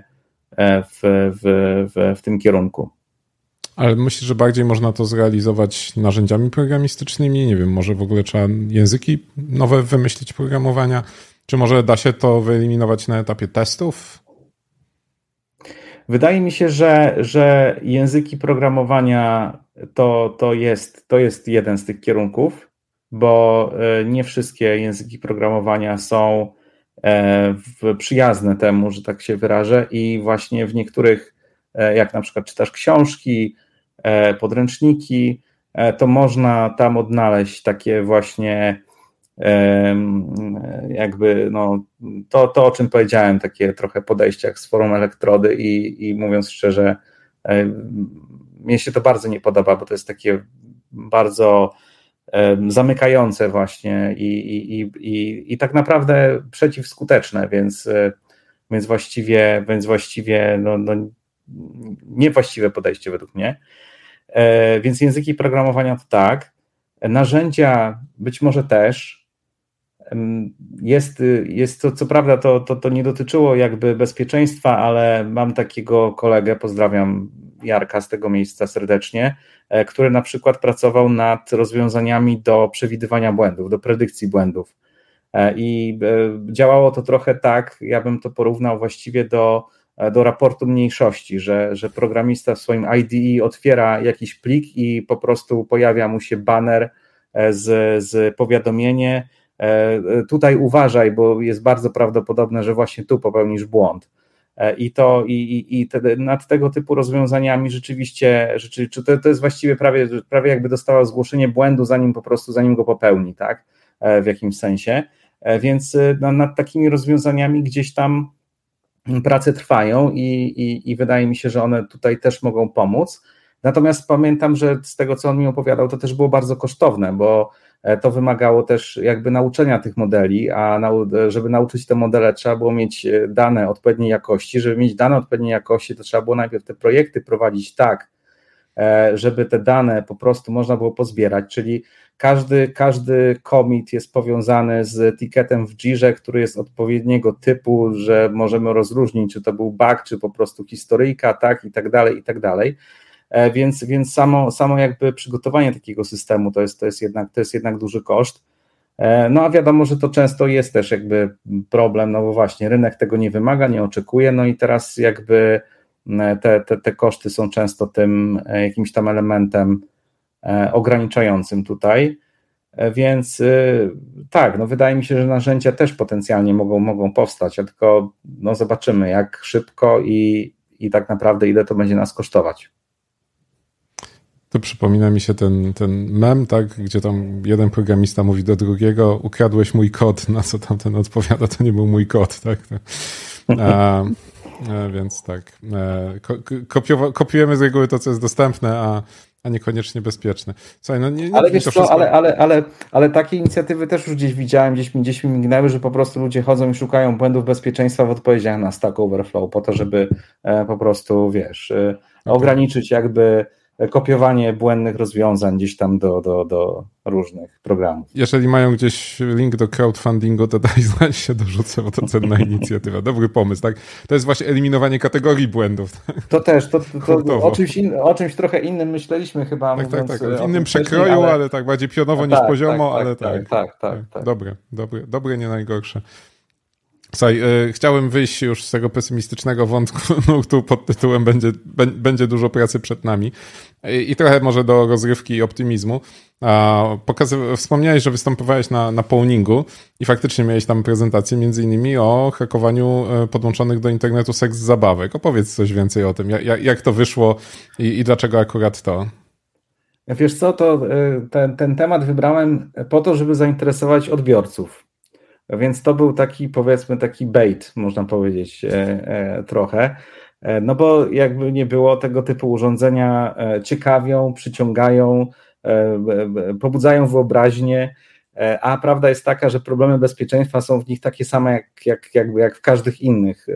w tym kierunku. Ale myślę, że bardziej można to zrealizować narzędziami programistycznymi, nie wiem, może w ogóle trzeba języki nowe wymyślić programowania, czy może da się to wyeliminować na etapie testów? Wydaje mi się, że języki programowania to jest jeden z tych kierunków, bo nie wszystkie języki programowania są przyjazne temu, że tak się wyrażę i właśnie w niektórych, jak na przykład czytasz książki, podręczniki, to można tam odnaleźć takie właśnie jakby to o czym powiedziałem, takie trochę podejście jak z forum Elektrody i mówiąc szczerze, mnie się to bardzo nie podoba, bo to jest takie bardzo zamykające właśnie i tak naprawdę przeciwskuteczne, więc właściwie niewłaściwe podejście według mnie. Więc języki programowania to tak, narzędzia być może też. Jest to, co prawda to nie dotyczyło jakby bezpieczeństwa, ale mam takiego kolegę, pozdrawiam Jarka z tego miejsca serdecznie, który na przykład pracował nad rozwiązaniami do przewidywania błędów, do predykcji błędów i działało to trochę tak, ja bym to porównał właściwie do raportu mniejszości, że programista w swoim IDE otwiera jakiś plik i po prostu pojawia mu się baner z powiadomienie, tutaj uważaj, bo jest bardzo prawdopodobne, że właśnie tu popełnisz błąd. Nad tego typu rozwiązaniami rzeczywiście to jest właściwie prawie jakby dostała zgłoszenie błędu, zanim go popełni, tak? W jakimś sensie. Więc nad takimi rozwiązaniami gdzieś tam prace trwają i wydaje mi się, że one tutaj też mogą pomóc. Natomiast pamiętam, że z tego, co on mi opowiadał, to też było bardzo kosztowne, bo to wymagało też jakby nauczenia tych modeli, a żeby nauczyć te modele, trzeba było mieć dane odpowiedniej jakości. Żeby mieć dane odpowiedniej jakości, to trzeba było najpierw te projekty prowadzić tak, żeby te dane po prostu można było pozbierać, czyli każdy commit jest powiązany z ticketem w Jirze, który jest odpowiedniego typu, że możemy rozróżnić, czy to był bug, czy po prostu historyjka, tak, i tak dalej, i tak dalej. Więc samo jakby przygotowanie takiego systemu to jest jednak duży koszt. No a wiadomo, że to często jest też jakby problem, no bo właśnie rynek tego nie wymaga, nie oczekuje, no i teraz jakby te koszty są często tym jakimś tam elementem ograniczającym tutaj, więc tak, no wydaje mi się, że narzędzia też potencjalnie mogą powstać, a tylko zobaczymy jak szybko i tak naprawdę ile to będzie nas kosztować. Tu przypomina mi się ten mem, tak, gdzie tam jeden programista mówi do drugiego: ukradłeś mój kod, na co tamten odpowiada: to nie był mój kod, tak. Więc tak, kopiujemy z reguły to, co jest dostępne, a niekoniecznie bezpieczne. Słuchaj, no nie ale wiesz co, wszystko... ale takie inicjatywy też już gdzieś widziałem, gdzieś mi mignęły, że po prostu ludzie chodzą i szukają błędów bezpieczeństwa w odpowiedziach na Stack Overflow po to, żeby po prostu, wiesz, ograniczyć jakby kopiowanie błędnych rozwiązań gdzieś tam do różnych programów. Jeżeli mają gdzieś link do crowdfundingu, to daj znać, się dorzucę, bo to cenna inicjatywa. Dobry pomysł, tak? To jest właśnie eliminowanie kategorii błędów. To też, to o czymś trochę innym myśleliśmy chyba. Tak. W innym przekroju, ale tak bardziej pionowo niż poziomo, ale tak. Dobre, nie najgorsze. Słuchaj, chciałem wyjść już z tego pesymistycznego wątku nurtu pod tytułem będzie dużo pracy przed nami i trochę może do rozrywki i optymizmu. Wspomniałeś, że występowałeś na Pawningu i faktycznie miałeś tam prezentację między innymi o hakowaniu podłączonych do internetu seks zabawek. Opowiedz coś więcej o tym, jak to wyszło i dlaczego akurat to? Wiesz co, to ten temat wybrałem po to, żeby zainteresować odbiorców. Więc to był taki, powiedzmy, taki bait, można powiedzieć, trochę. No bo jakby nie było, tego typu urządzenia ciekawią, przyciągają, pobudzają wyobraźnię, a prawda jest taka, że problemy bezpieczeństwa są w nich takie same jak w każdych innych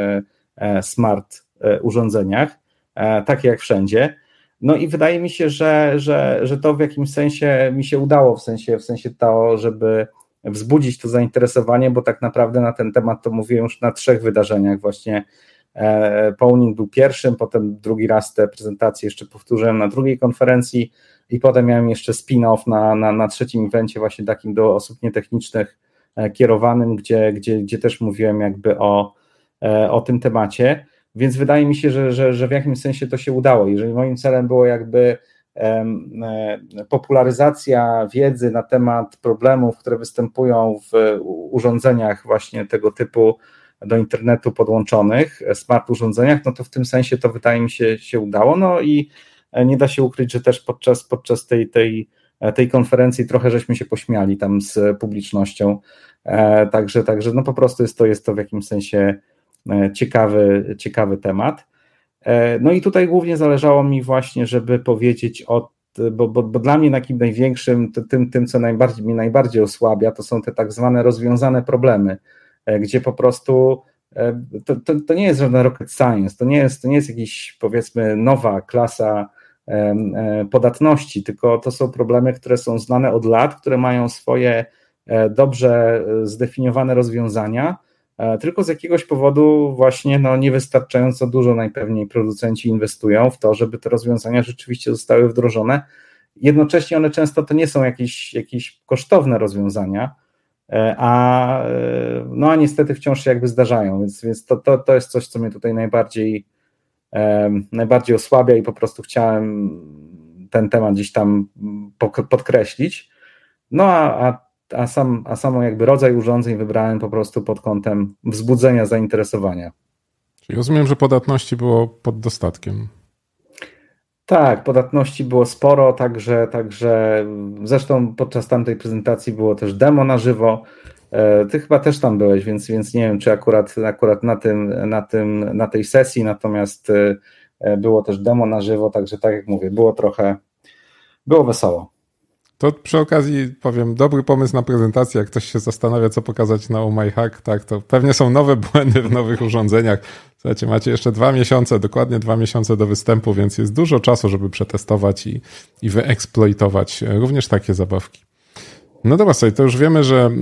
smart urządzeniach, takie jak wszędzie. No i wydaje mi się, że to w jakimś sensie mi się udało, w sensie to, żeby wzbudzić to zainteresowanie, bo tak naprawdę na ten temat to mówiłem już na 3 wydarzeniach. Właśnie Pawning był pierwszym, potem drugi raz te prezentacje jeszcze powtórzyłem na drugiej konferencji i potem miałem jeszcze spin-off na trzecim evencie właśnie takim do osób nietechnicznych kierowanym, gdzie też mówiłem jakby o tym temacie, więc wydaje mi się, że w jakimś sensie to się udało. Jeżeli moim celem było jakby popularyzacja wiedzy na temat problemów, które występują w urządzeniach właśnie tego typu do internetu podłączonych, smart urządzeniach, no to w tym sensie to wydaje mi się udało. No i nie da się ukryć, że też podczas tej konferencji trochę żeśmy się pośmiali tam z publicznością, także no po prostu jest to w jakimś sensie ciekawy temat. No i tutaj głównie zależało mi właśnie, żeby powiedzieć bo dla mnie takim największym, tym co mnie najbardziej osłabia, to są te tak zwane rozwiązane problemy, gdzie po prostu to nie jest żadna rocket science, to nie jest jakiś, powiedzmy, nowa klasa podatności, tylko to są problemy, które są znane od lat, które mają swoje dobrze zdefiniowane rozwiązania, tylko z jakiegoś powodu właśnie niewystarczająco dużo najpewniej producenci inwestują w to, żeby te rozwiązania rzeczywiście zostały wdrożone. Jednocześnie one często to nie są jakieś kosztowne rozwiązania, a niestety wciąż się jakby zdarzają, więc to jest coś, co mnie tutaj najbardziej osłabia i po prostu chciałem ten temat gdzieś tam podkreślić. No a samo jakby rodzaj urządzeń wybrałem po prostu pod kątem wzbudzenia zainteresowania. Czyli rozumiem, że podatności było pod dostatkiem. Tak, podatności było sporo, także zresztą podczas tamtej prezentacji było też demo na żywo. Ty chyba też tam byłeś, więc nie wiem, czy akurat na tej sesji, natomiast było też demo na żywo, także tak jak mówię, było wesoło. To przy okazji powiem, dobry pomysł na prezentację, jak ktoś się zastanawia, co pokazać na Oh My Hack, tak, to pewnie są nowe błędy w nowych urządzeniach. Słuchajcie, macie jeszcze 2 miesiące, dokładnie 2 miesiące do występu, więc jest dużo czasu, żeby przetestować i wyeksploitować również takie zabawki. No dobra, słuchaj, to już wiemy, że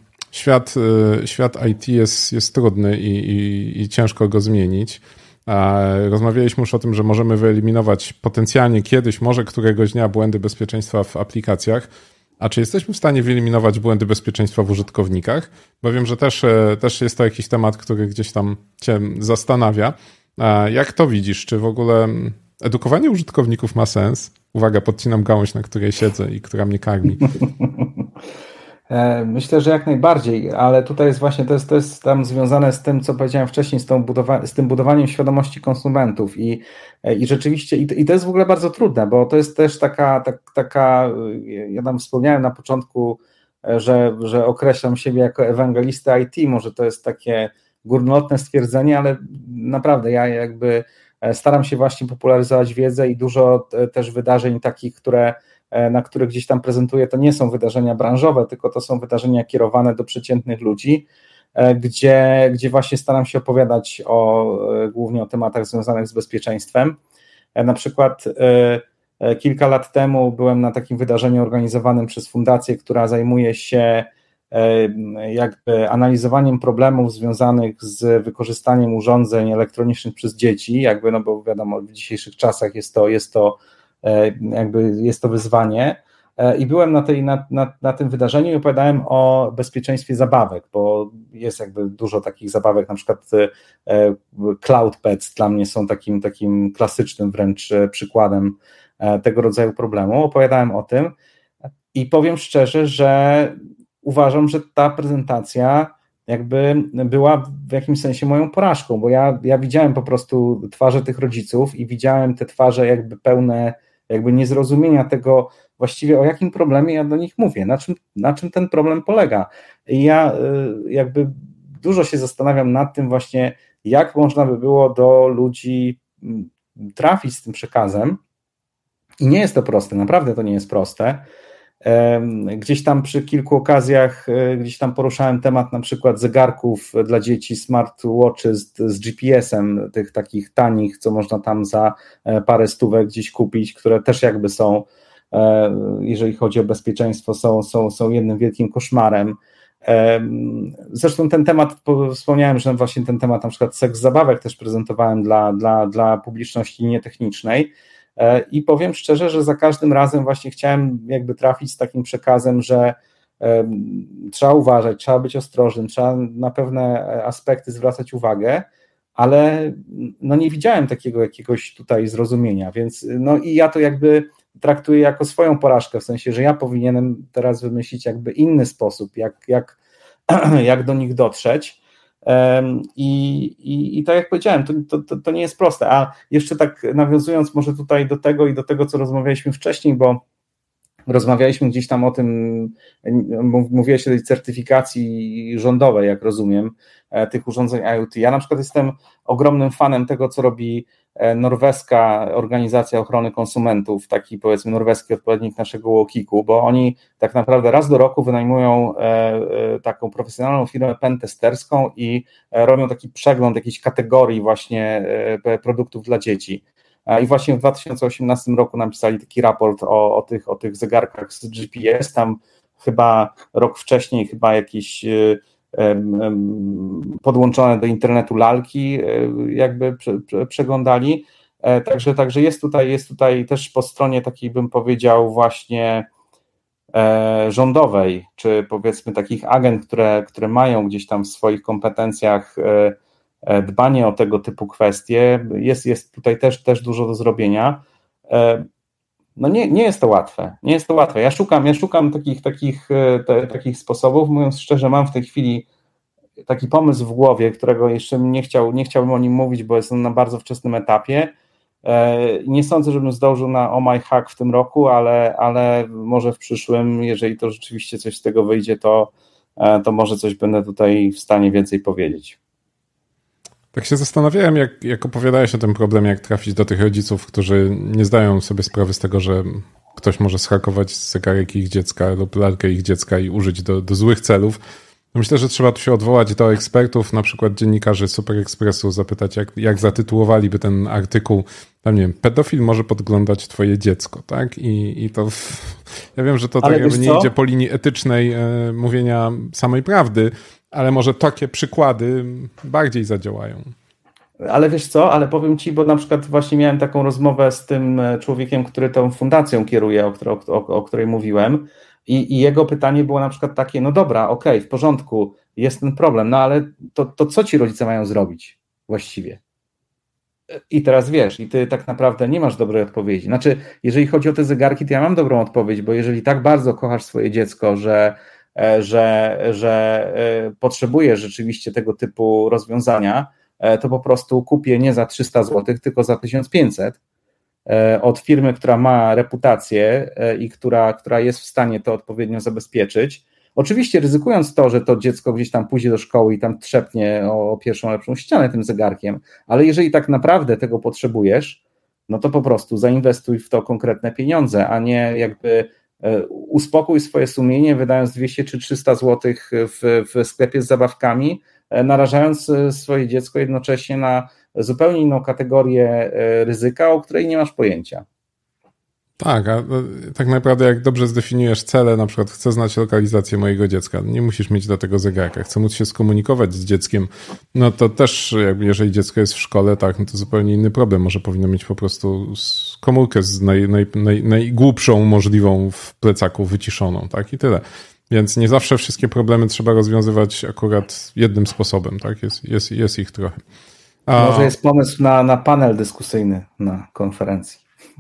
świat IT jest trudny i ciężko go zmienić. Rozmawialiśmy już o tym, że możemy wyeliminować potencjalnie kiedyś, może któregoś dnia błędy bezpieczeństwa w aplikacjach. A czy jesteśmy w stanie wyeliminować błędy bezpieczeństwa w użytkownikach? Bo wiem, że też jest to jakiś temat, który gdzieś tam cię zastanawia. Jak to widzisz? Czy w ogóle edukowanie użytkowników ma sens? Uwaga, podcinam gałąź, na której siedzę i która mnie karmi. Myślę, że jak najbardziej, ale tutaj jest właśnie, to jest tam związane z tym, co powiedziałem wcześniej, z tym budowaniem świadomości konsumentów i rzeczywiście, i to jest w ogóle bardzo trudne, bo to jest też taka ja tam wspomniałem na początku, że określam siebie jako ewangelistę IT, może to jest takie górnolotne stwierdzenie, ale naprawdę ja jakby staram się właśnie popularyzować wiedzę i dużo też wydarzeń takich, na których gdzieś tam prezentuję, to nie są wydarzenia branżowe, tylko to są wydarzenia kierowane do przeciętnych ludzi, gdzie właśnie staram się opowiadać głównie o tematach związanych z bezpieczeństwem. Na przykład kilka lat temu byłem na takim wydarzeniu organizowanym przez fundację, która zajmuje się jakby analizowaniem problemów związanych z wykorzystaniem urządzeń elektronicznych przez dzieci, jakby, no bo wiadomo, w dzisiejszych czasach jest to wyzwanie. I byłem na tym wydarzeniu i opowiadałem o bezpieczeństwie zabawek, bo jest jakby dużo takich zabawek, na przykład Cloud Pets dla mnie są takim klasycznym wręcz przykładem tego rodzaju problemu. Opowiadałem o tym i powiem szczerze, że uważam, że ta prezentacja jakby była w jakimś sensie moją porażką, bo ja widziałem po prostu twarze tych rodziców i widziałem te twarze jakby pełne jakby niezrozumienia tego właściwie, o jakim problemie ja do nich mówię, na czym ten problem polega. I ja jakby dużo się zastanawiam nad tym właśnie, jak można by było do ludzi trafić z tym przekazem i nie jest to proste, naprawdę to nie jest proste. Gdzieś tam przy kilku okazjach gdzieś tam poruszałem temat na przykład zegarków dla dzieci, smartwatchy z GPS-em, tych takich tanich, co można tam za parę stówek gdzieś kupić, które też jakby są, jeżeli chodzi o bezpieczeństwo, są jednym wielkim koszmarem. Zresztą ten temat, wspomniałem, że właśnie ten temat na przykład seks zabawek też prezentowałem dla publiczności nietechnicznej. I powiem szczerze, że za każdym razem właśnie chciałem jakby trafić z takim przekazem, że trzeba uważać, trzeba być ostrożnym, trzeba na pewne aspekty zwracać uwagę, ale no nie widziałem takiego jakiegoś tutaj zrozumienia, więc no i ja to jakby traktuję jako swoją porażkę, w sensie, że ja powinienem teraz wymyślić jakby inny sposób, jak do nich dotrzeć. I tak jak powiedziałem, to nie jest proste. A jeszcze tak nawiązując może tutaj do tego, co rozmawialiśmy wcześniej, bo rozmawialiśmy gdzieś tam o tym, mówiłeś o tej certyfikacji rządowej, jak rozumiem, tych urządzeń IoT. Ja na przykład jestem ogromnym fanem tego, co robi norweska organizacja ochrony konsumentów, taki powiedzmy norweski odpowiednik naszego UOKiK-u, bo oni tak naprawdę raz do roku wynajmują taką profesjonalną firmę pentesterską i robią taki przegląd jakiejś kategorii właśnie produktów dla dzieci. I właśnie w 2018 roku napisali taki raport o tych zegarkach z GPS, tam chyba rok wcześniej jakieś podłączone do internetu lalki jakby przeglądali, także jest tutaj też po stronie takiej, bym powiedział, właśnie rządowej, czy powiedzmy takich agent, które mają gdzieś tam w swoich kompetencjach dbanie o tego typu kwestie, jest tutaj też dużo do zrobienia. No nie jest to łatwe, nie jest to łatwe. Ja szukam takich sposobów, mówiąc szczerze, mam w tej chwili taki pomysł w głowie, którego jeszcze nie chciałbym o nim mówić, bo jest on na bardzo wczesnym etapie. Nie sądzę, żebym zdążył na Oh My Hack w tym roku, ale może w przyszłym, jeżeli to rzeczywiście coś z tego wyjdzie, to może coś będę tutaj w stanie więcej powiedzieć. Tak się zastanawiałem, jak opowiadałeś o tym problemie, jak trafić do tych rodziców, którzy nie zdają sobie sprawy z tego, że ktoś może zhakować zegarek ich dziecka lub lalkę ich dziecka i użyć do złych celów. Myślę, że trzeba tu się odwołać do ekspertów, na przykład dziennikarzy Super Expressu, zapytać, jak zatytułowaliby ten artykuł. Tam nie wiem, pedofil może podglądać twoje dziecko, tak? I to ja wiem, że to tak jakby nie idzie po linii etycznej mówienia samej prawdy, ale może takie przykłady bardziej zadziałają. Ale wiesz co, ale powiem ci, bo na przykład właśnie miałem taką rozmowę z tym człowiekiem, który tą fundacją kieruje, o której mówiłem, i jego pytanie było na przykład takie, no dobra, okej, w porządku, jest ten problem, no ale to co ci rodzice mają zrobić właściwie? I teraz wiesz, i ty tak naprawdę nie masz dobrej odpowiedzi. Znaczy, jeżeli chodzi o te zegarki, to ja mam dobrą odpowiedź, bo jeżeli tak bardzo kochasz swoje dziecko, że że potrzebuję rzeczywiście tego typu rozwiązania, to po prostu kupię nie za 300 zł, tylko za 1500 od firmy, która ma reputację i która jest w stanie to odpowiednio zabezpieczyć. Oczywiście ryzykując to, że to dziecko gdzieś tam pójdzie do szkoły i tam trzepnie o pierwszą lepszą ścianę tym zegarkiem, ale jeżeli tak naprawdę tego potrzebujesz, no to po prostu zainwestuj w to konkretne pieniądze, a nie jakby uspokój swoje sumienie, wydając 200 czy 300 zł w sklepie z zabawkami, narażając swoje dziecko jednocześnie na zupełnie inną kategorię ryzyka, o której nie masz pojęcia. Tak, a tak naprawdę jak dobrze zdefiniujesz cele, na przykład chcę znać lokalizację mojego dziecka, nie musisz mieć do tego zegarka, chcę móc się skomunikować z dzieckiem, no to też jakby jeżeli dziecko jest w szkole, tak, no to zupełnie inny problem, może powinno mieć po prostu komórkę z najgłupszą możliwą w plecaku wyciszoną, tak, i tyle. Więc nie zawsze wszystkie problemy trzeba rozwiązywać akurat jednym sposobem, tak, jest ich trochę. Może jest pomysł na panel dyskusyjny na konferencji.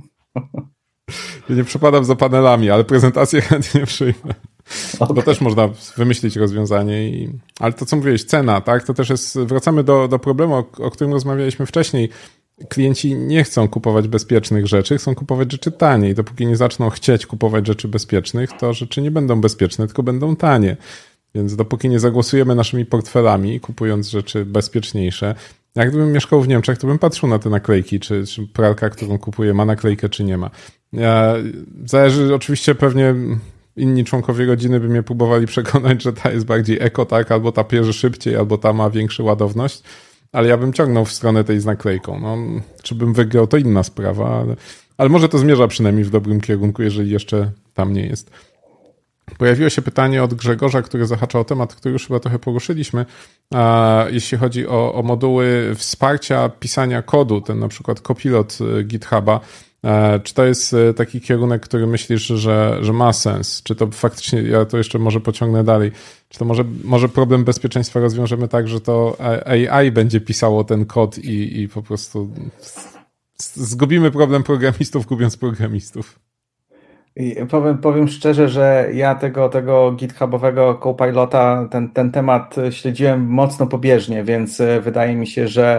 Ja nie przepadam za panelami, ale prezentację chętnie przyjmę. Okay. Bo też można wymyślić rozwiązanie. Ale to, co mówiłeś, cena, tak? To też jest, wracamy do problemu, o którym rozmawialiśmy wcześniej. Klienci nie chcą kupować bezpiecznych rzeczy, chcą kupować rzeczy tanie i dopóki nie zaczną chcieć kupować rzeczy bezpiecznych, to rzeczy nie będą bezpieczne, tylko będą tanie. Więc dopóki nie zagłosujemy naszymi portfelami, kupując rzeczy bezpieczniejsze, jak gdybym mieszkał w Niemczech, to bym patrzył na te naklejki, czy pralka, którą kupuję, ma naklejkę, czy nie ma. Zależy, oczywiście pewnie inni członkowie rodziny by mnie próbowali przekonać, że ta jest bardziej eko, tak, albo ta pierze szybciej, albo ta ma większą ładowność, ale ja bym ciągnął w stronę tej z naklejką. No, czy bym wygrał, to inna sprawa, ale może to zmierza przynajmniej w dobrym kierunku, jeżeli jeszcze tam nie jest. Pojawiło się pytanie od Grzegorza, który zahacza o temat, który już chyba trochę poruszyliśmy, jeśli chodzi o moduły wsparcia pisania kodu, ten na przykład Copilot GitHuba. Czy to jest taki kierunek, który myślisz, że ma sens? Czy to faktycznie, ja to jeszcze może pociągnę dalej, czy to może problem bezpieczeństwa rozwiążemy tak, że to AI będzie pisało ten kod i po prostu zgubimy problem programistów, gubiąc programistów? I powiem szczerze, że ja tego GitHubowego Copilota, ten temat śledziłem mocno pobieżnie, więc wydaje mi się, że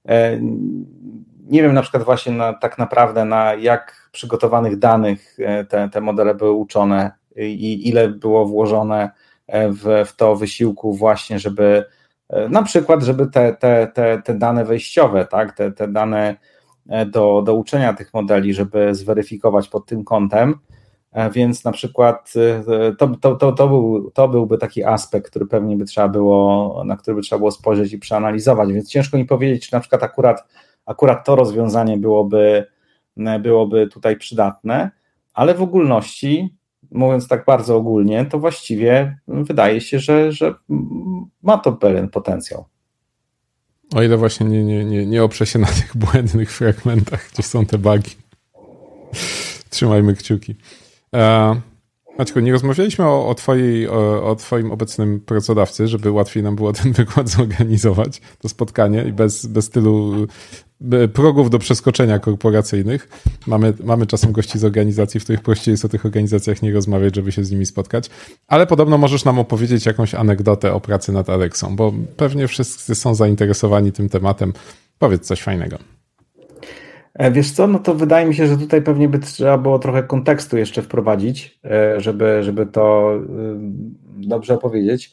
nie wiem na przykład właśnie tak naprawdę na jak przygotowanych danych te modele były uczone i ile było włożone w to wysiłku właśnie, żeby na przykład, żeby te dane wejściowe, tak, te dane do uczenia tych modeli, żeby zweryfikować pod tym kątem. Więc na przykład to byłby taki aspekt, który pewnie na który by trzeba było spojrzeć i przeanalizować, więc ciężko mi powiedzieć, czy na przykład akurat to rozwiązanie byłoby tutaj przydatne, ale w ogólności, mówiąc tak bardzo ogólnie, to właściwie wydaje się, że ma to pewien potencjał. O ile właśnie nie oprze się na tych błędnych fragmentach, gdzie są te bugi. Trzymajmy kciuki. Maćku, nie rozmawialiśmy o twoim obecnym pracodawcy, żeby łatwiej nam było ten wykład zorganizować, to spotkanie i bez tylu progów do przeskoczenia korporacyjnych. Mamy czasem gości z organizacji, w których prościej jest o tych organizacjach nie rozmawiać, żeby się z nimi spotkać, ale podobno możesz nam opowiedzieć jakąś anegdotę o pracy nad Alexą, bo pewnie wszyscy są zainteresowani tym tematem. Powiedz coś fajnego. Wiesz co, no to wydaje mi się, że tutaj pewnie by trzeba było trochę kontekstu jeszcze wprowadzić, żeby to dobrze opowiedzieć.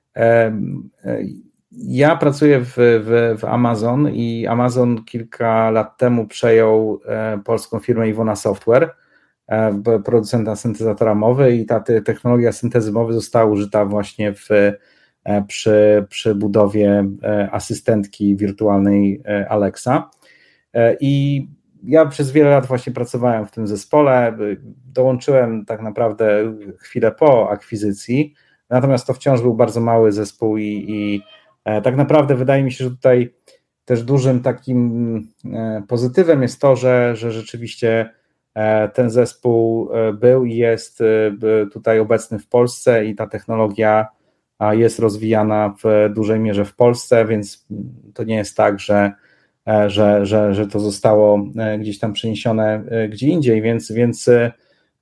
Ja pracuję w Amazon i Amazon kilka lat temu przejął polską firmę Iwona Software, producenta syntezatora mowy i ta technologia syntezy mowy została użyta właśnie przy budowie asystentki wirtualnej Alexa. I ja przez wiele lat właśnie pracowałem w tym zespole, dołączyłem tak naprawdę chwilę po akwizycji, natomiast to wciąż był bardzo mały zespół i tak naprawdę wydaje mi się, że tutaj też dużym takim pozytywem jest to, że rzeczywiście ten zespół był i jest tutaj obecny w Polsce i ta technologia jest rozwijana w dużej mierze w Polsce, więc to nie jest tak, że to zostało gdzieś tam przeniesione gdzie indziej, więc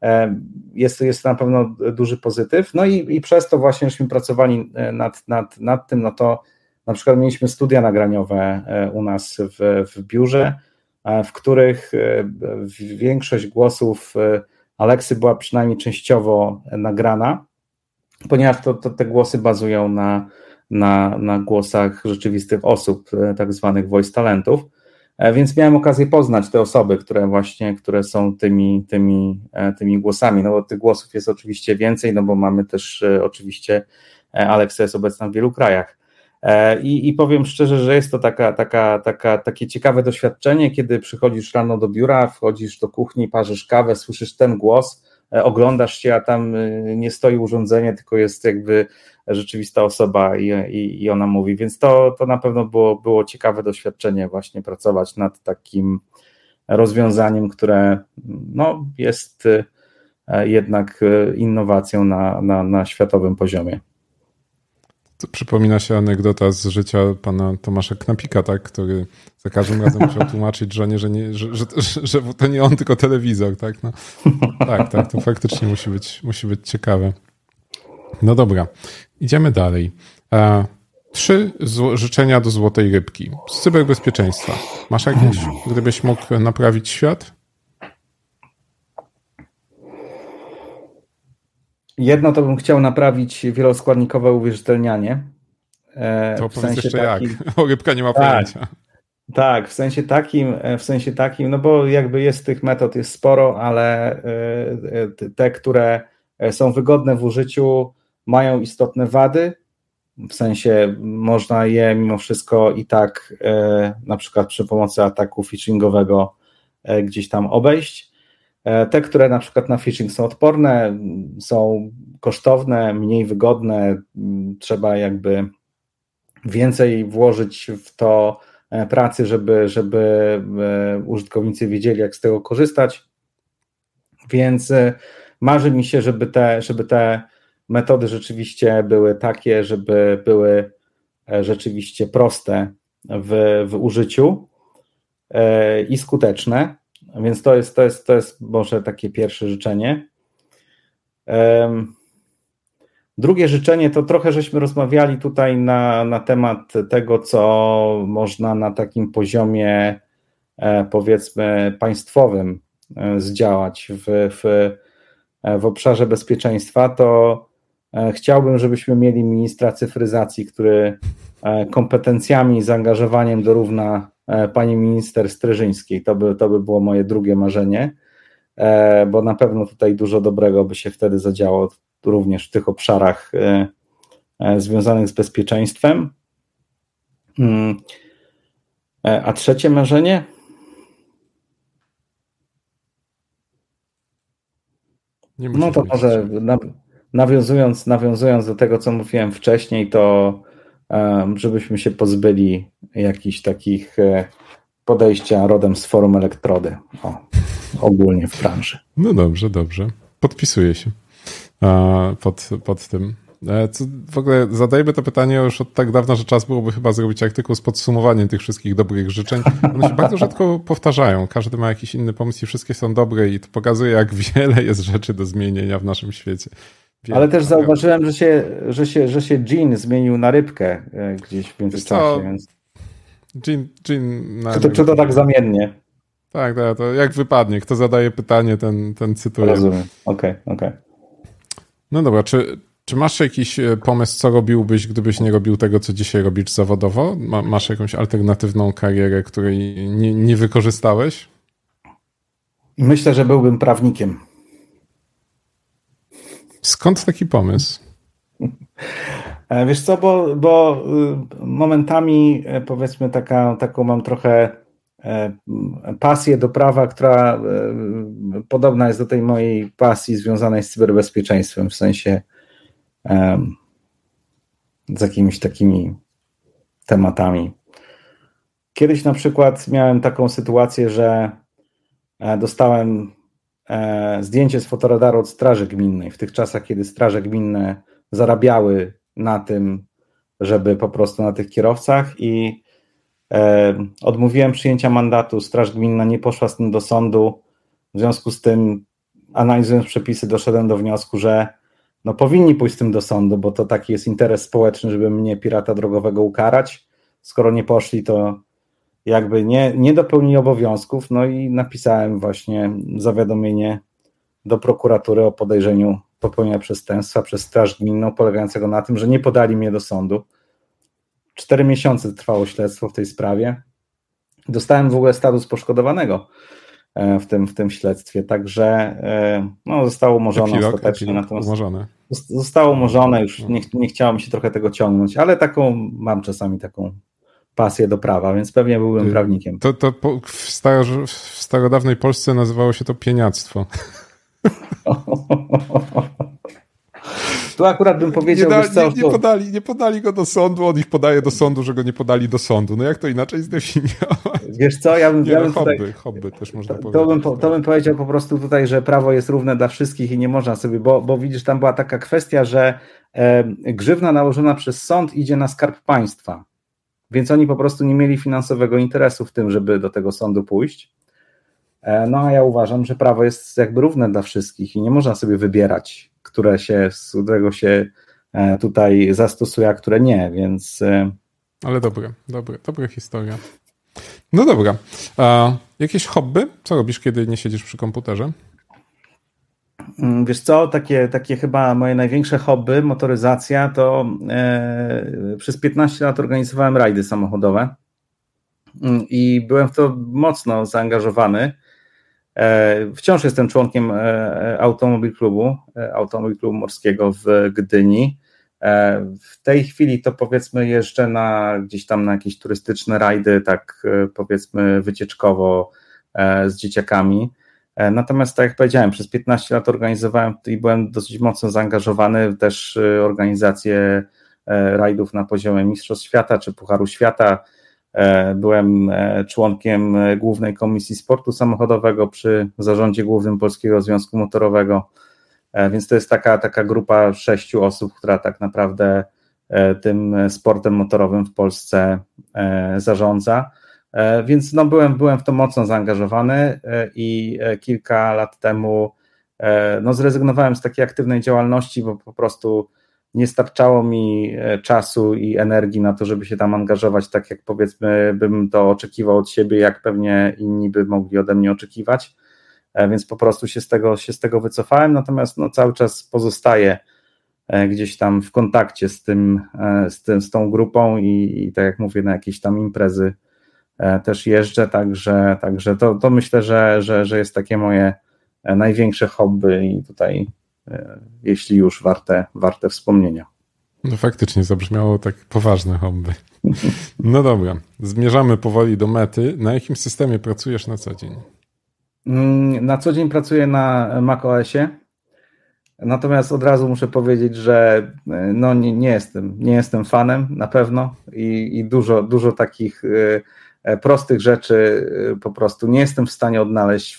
jest to na pewno duży pozytyw. No i przez to właśnie, żeśmy pracowali nad tym, no to na przykład mieliśmy studia nagraniowe u nas w biurze, w których większość głosów Aleksy była przynajmniej częściowo nagrana, ponieważ te głosy bazują na głosach rzeczywistych osób, tak zwanych voice talentów, więc miałem okazję poznać te osoby, które są tymi głosami, no bo tych głosów jest oczywiście więcej, no bo mamy też oczywiście, Alexa jest obecna w wielu krajach. I powiem szczerze, że jest to takie ciekawe doświadczenie, kiedy przychodzisz rano do biura, wchodzisz do kuchni, parzysz kawę, słyszysz ten głos, oglądasz się, a tam nie stoi urządzenie, tylko jest jakby rzeczywista osoba i ona mówi, więc to na pewno było ciekawe doświadczenie właśnie pracować nad takim rozwiązaniem, które no, jest jednak innowacją na światowym poziomie. To przypomina się anegdota z życia pana Tomasza Knapika, tak, który za każdym razem musiał tłumaczyć żonie, że to nie on, tylko telewizor, tak? No, tak, to faktycznie musi być ciekawe. No dobra, idziemy dalej. 3 życzenia do złotej rybki z cyberbezpieczeństwa. Masz jakieś, gdybyś mógł naprawić świat? Jedno to bym chciał naprawić wieloskładnikowe uwierzytelnianie. To powiedz jeszcze takim, jak. O, rybka nie ma pojęcia. Tak, w sensie takim, no bo jakby jest tych metod, jest sporo, ale te, które są wygodne w użyciu, mają istotne wady, w sensie można je mimo wszystko i tak na przykład przy pomocy ataku phishingowego gdzieś tam obejść. Te, które na przykład na phishing są odporne, są kosztowne, mniej wygodne, trzeba jakby więcej włożyć w to pracy, żeby użytkownicy wiedzieli, jak z tego korzystać, więc marzy mi się, żeby te metody rzeczywiście były takie, żeby były rzeczywiście proste w użyciu i skuteczne, więc to jest może takie pierwsze życzenie. Drugie życzenie to trochę żeśmy rozmawiali tutaj na temat tego, co można na takim poziomie powiedzmy państwowym zdziałać w obszarze bezpieczeństwa, to chciałbym, żebyśmy mieli ministra cyfryzacji, który kompetencjami i zaangażowaniem dorówna pani minister Streżyńskiej. To by było moje drugie marzenie, bo na pewno tutaj dużo dobrego by się wtedy zadziało również w tych obszarach związanych z bezpieczeństwem. A trzecie marzenie? No to może nawiązując do tego, co mówiłem wcześniej, to żebyśmy się pozbyli jakichś takich podejścia rodem z forum elektrody, ogólnie w branży. No dobrze. Podpisuję się pod tym. W ogóle zadajmy to pytanie już od tak dawna, że czas byłoby chyba zrobić artykuł z podsumowaniem tych wszystkich dobrych życzeń. One się bardzo rzadko powtarzają. Każdy ma jakiś inny pomysł i wszystkie są dobre i to pokazuje, jak wiele jest rzeczy do zmienienia w naszym świecie. Ale też zauważyłem, że się Jean zmienił na rybkę gdzieś w międzyczasie. Więc... Jean czy to tak zamiennie? Tak, to jak wypadnie. Kto zadaje pytanie, ten cytuje. Rozumiem, okej. No dobra, czy masz jakiś pomysł, co robiłbyś, gdybyś nie robił tego, co dzisiaj robisz zawodowo? Masz jakąś alternatywną karierę, której nie wykorzystałeś? Myślę, że byłbym prawnikiem. Skąd taki pomysł? Wiesz co, bo momentami powiedzmy taką mam trochę pasję do prawa, która podobna jest do tej mojej pasji związanej z cyberbezpieczeństwem, w sensie z jakimiś takimi tematami. Kiedyś na przykład miałem taką sytuację, że dostałem zdjęcie z fotoradaru od Straży Gminnej w tych czasach, kiedy straże gminne zarabiały na tym, żeby po prostu na tych kierowcach, i odmówiłem przyjęcia mandatu. Straż Gminna nie poszła z tym do sądu, w związku z tym analizując przepisy doszedłem do wniosku, że no powinni pójść z tym do sądu, bo to taki jest interes społeczny, żeby mnie, pirata drogowego, ukarać. Skoro nie poszli, to jakby nie dopełnili obowiązków, no i napisałem właśnie zawiadomienie do prokuratury o podejrzeniu popełnienia przestępstwa przez Straż Gminną, polegającego na tym, że nie podali mnie do sądu. 4 miesiące trwało śledztwo w tej sprawie. Dostałem w ogóle status poszkodowanego w tym śledztwie, także no, zostało umorzone ostatecznie. Natomiast zostało umorzone, już nie chciało mi się trochę tego ciągnąć, ale mam czasami taką pasję do prawa, więc pewnie byłbym prawnikiem. To w starodawnej Polsce nazywało się to pieniactwo. Tu akurat bym powiedział, nie podali go do sądu, on ich podaje do sądu, że go nie podali do sądu. No jak to inaczej zdefiniować? Wiesz co, hobby też można powiedzieć. To bym powiedział po prostu tutaj, że prawo jest równe dla wszystkich i nie można sobie, bo widzisz, tam była taka kwestia, że grzywna nałożona przez sąd idzie na Skarb Państwa, więc oni po prostu nie mieli finansowego interesu w tym, żeby do tego sądu pójść. No a ja uważam, że prawo jest jakby równe dla wszystkich i nie można sobie wybierać, którego się tutaj zastosuje, a które nie, więc... Ale dobra historia. No dobra. A jakieś hobby? Co robisz, kiedy nie siedzisz przy komputerze? Wiesz co, takie chyba moje największe hobby, motoryzacja, to przez 15 lat organizowałem rajdy samochodowe i byłem w to mocno zaangażowany. Wciąż jestem członkiem Automobil Klubu Morskiego w Gdyni. W tej chwili to powiedzmy jeżdżę gdzieś tam na jakieś turystyczne rajdy, tak powiedzmy wycieczkowo z dzieciakami. Natomiast tak jak powiedziałem, przez 15 lat organizowałem i byłem dosyć mocno zaangażowany w też organizację rajdów na poziomie Mistrzostw Świata czy Pucharu Świata. Byłem członkiem Głównej Komisji Sportu Samochodowego przy Zarządzie Głównym Polskiego Związku Motorowego, więc to jest taka grupa 6 osób, która tak naprawdę tym sportem motorowym w Polsce zarządza, więc no byłem w to mocno zaangażowany i kilka lat temu no zrezygnowałem z takiej aktywnej działalności, bo po prostu nie starczało mi czasu i energii na to, żeby się tam angażować, tak jak powiedzmy bym to oczekiwał od siebie, jak pewnie inni by mogli ode mnie oczekiwać, więc po prostu się z tego wycofałem, natomiast no, cały czas pozostaję gdzieś tam w kontakcie z tą grupą i tak jak mówię, na jakieś tam imprezy też jeżdżę, także to myślę, że jest takie moje największe hobby i tutaj jeśli już warte wspomnienia. No faktycznie zabrzmiało tak poważne hobby. No dobra, zmierzamy powoli do mety. Na jakim systemie pracujesz na co dzień? Na co dzień pracuję na macOSie, natomiast od razu muszę powiedzieć, że no nie jestem fanem na pewno i dużo takich prostych rzeczy po prostu nie jestem w stanie odnaleźć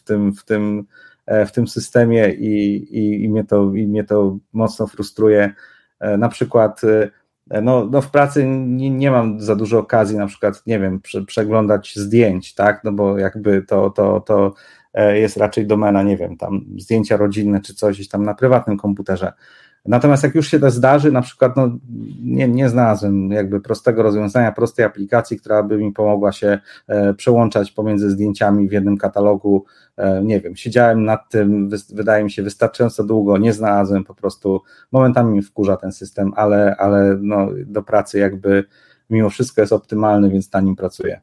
w tym systemie i mnie to mocno frustruje. Na przykład no w pracy nie mam za dużo okazji na przykład, nie wiem, przeglądać zdjęć, tak, no bo jakby to jest raczej domena, nie wiem, tam zdjęcia rodzinne czy coś gdzieś tam na prywatnym komputerze. Natomiast jak już się to zdarzy, na przykład no, nie znalazłem jakby prostego rozwiązania, prostej aplikacji, która by mi pomogła się przełączać pomiędzy zdjęciami w jednym katalogu. Nie wiem, siedziałem nad tym, wydaje mi się wystarczająco długo, nie znalazłem, po prostu momentami mi wkurza ten system, ale no, do pracy jakby mimo wszystko jest optymalny, więc na nim pracuję.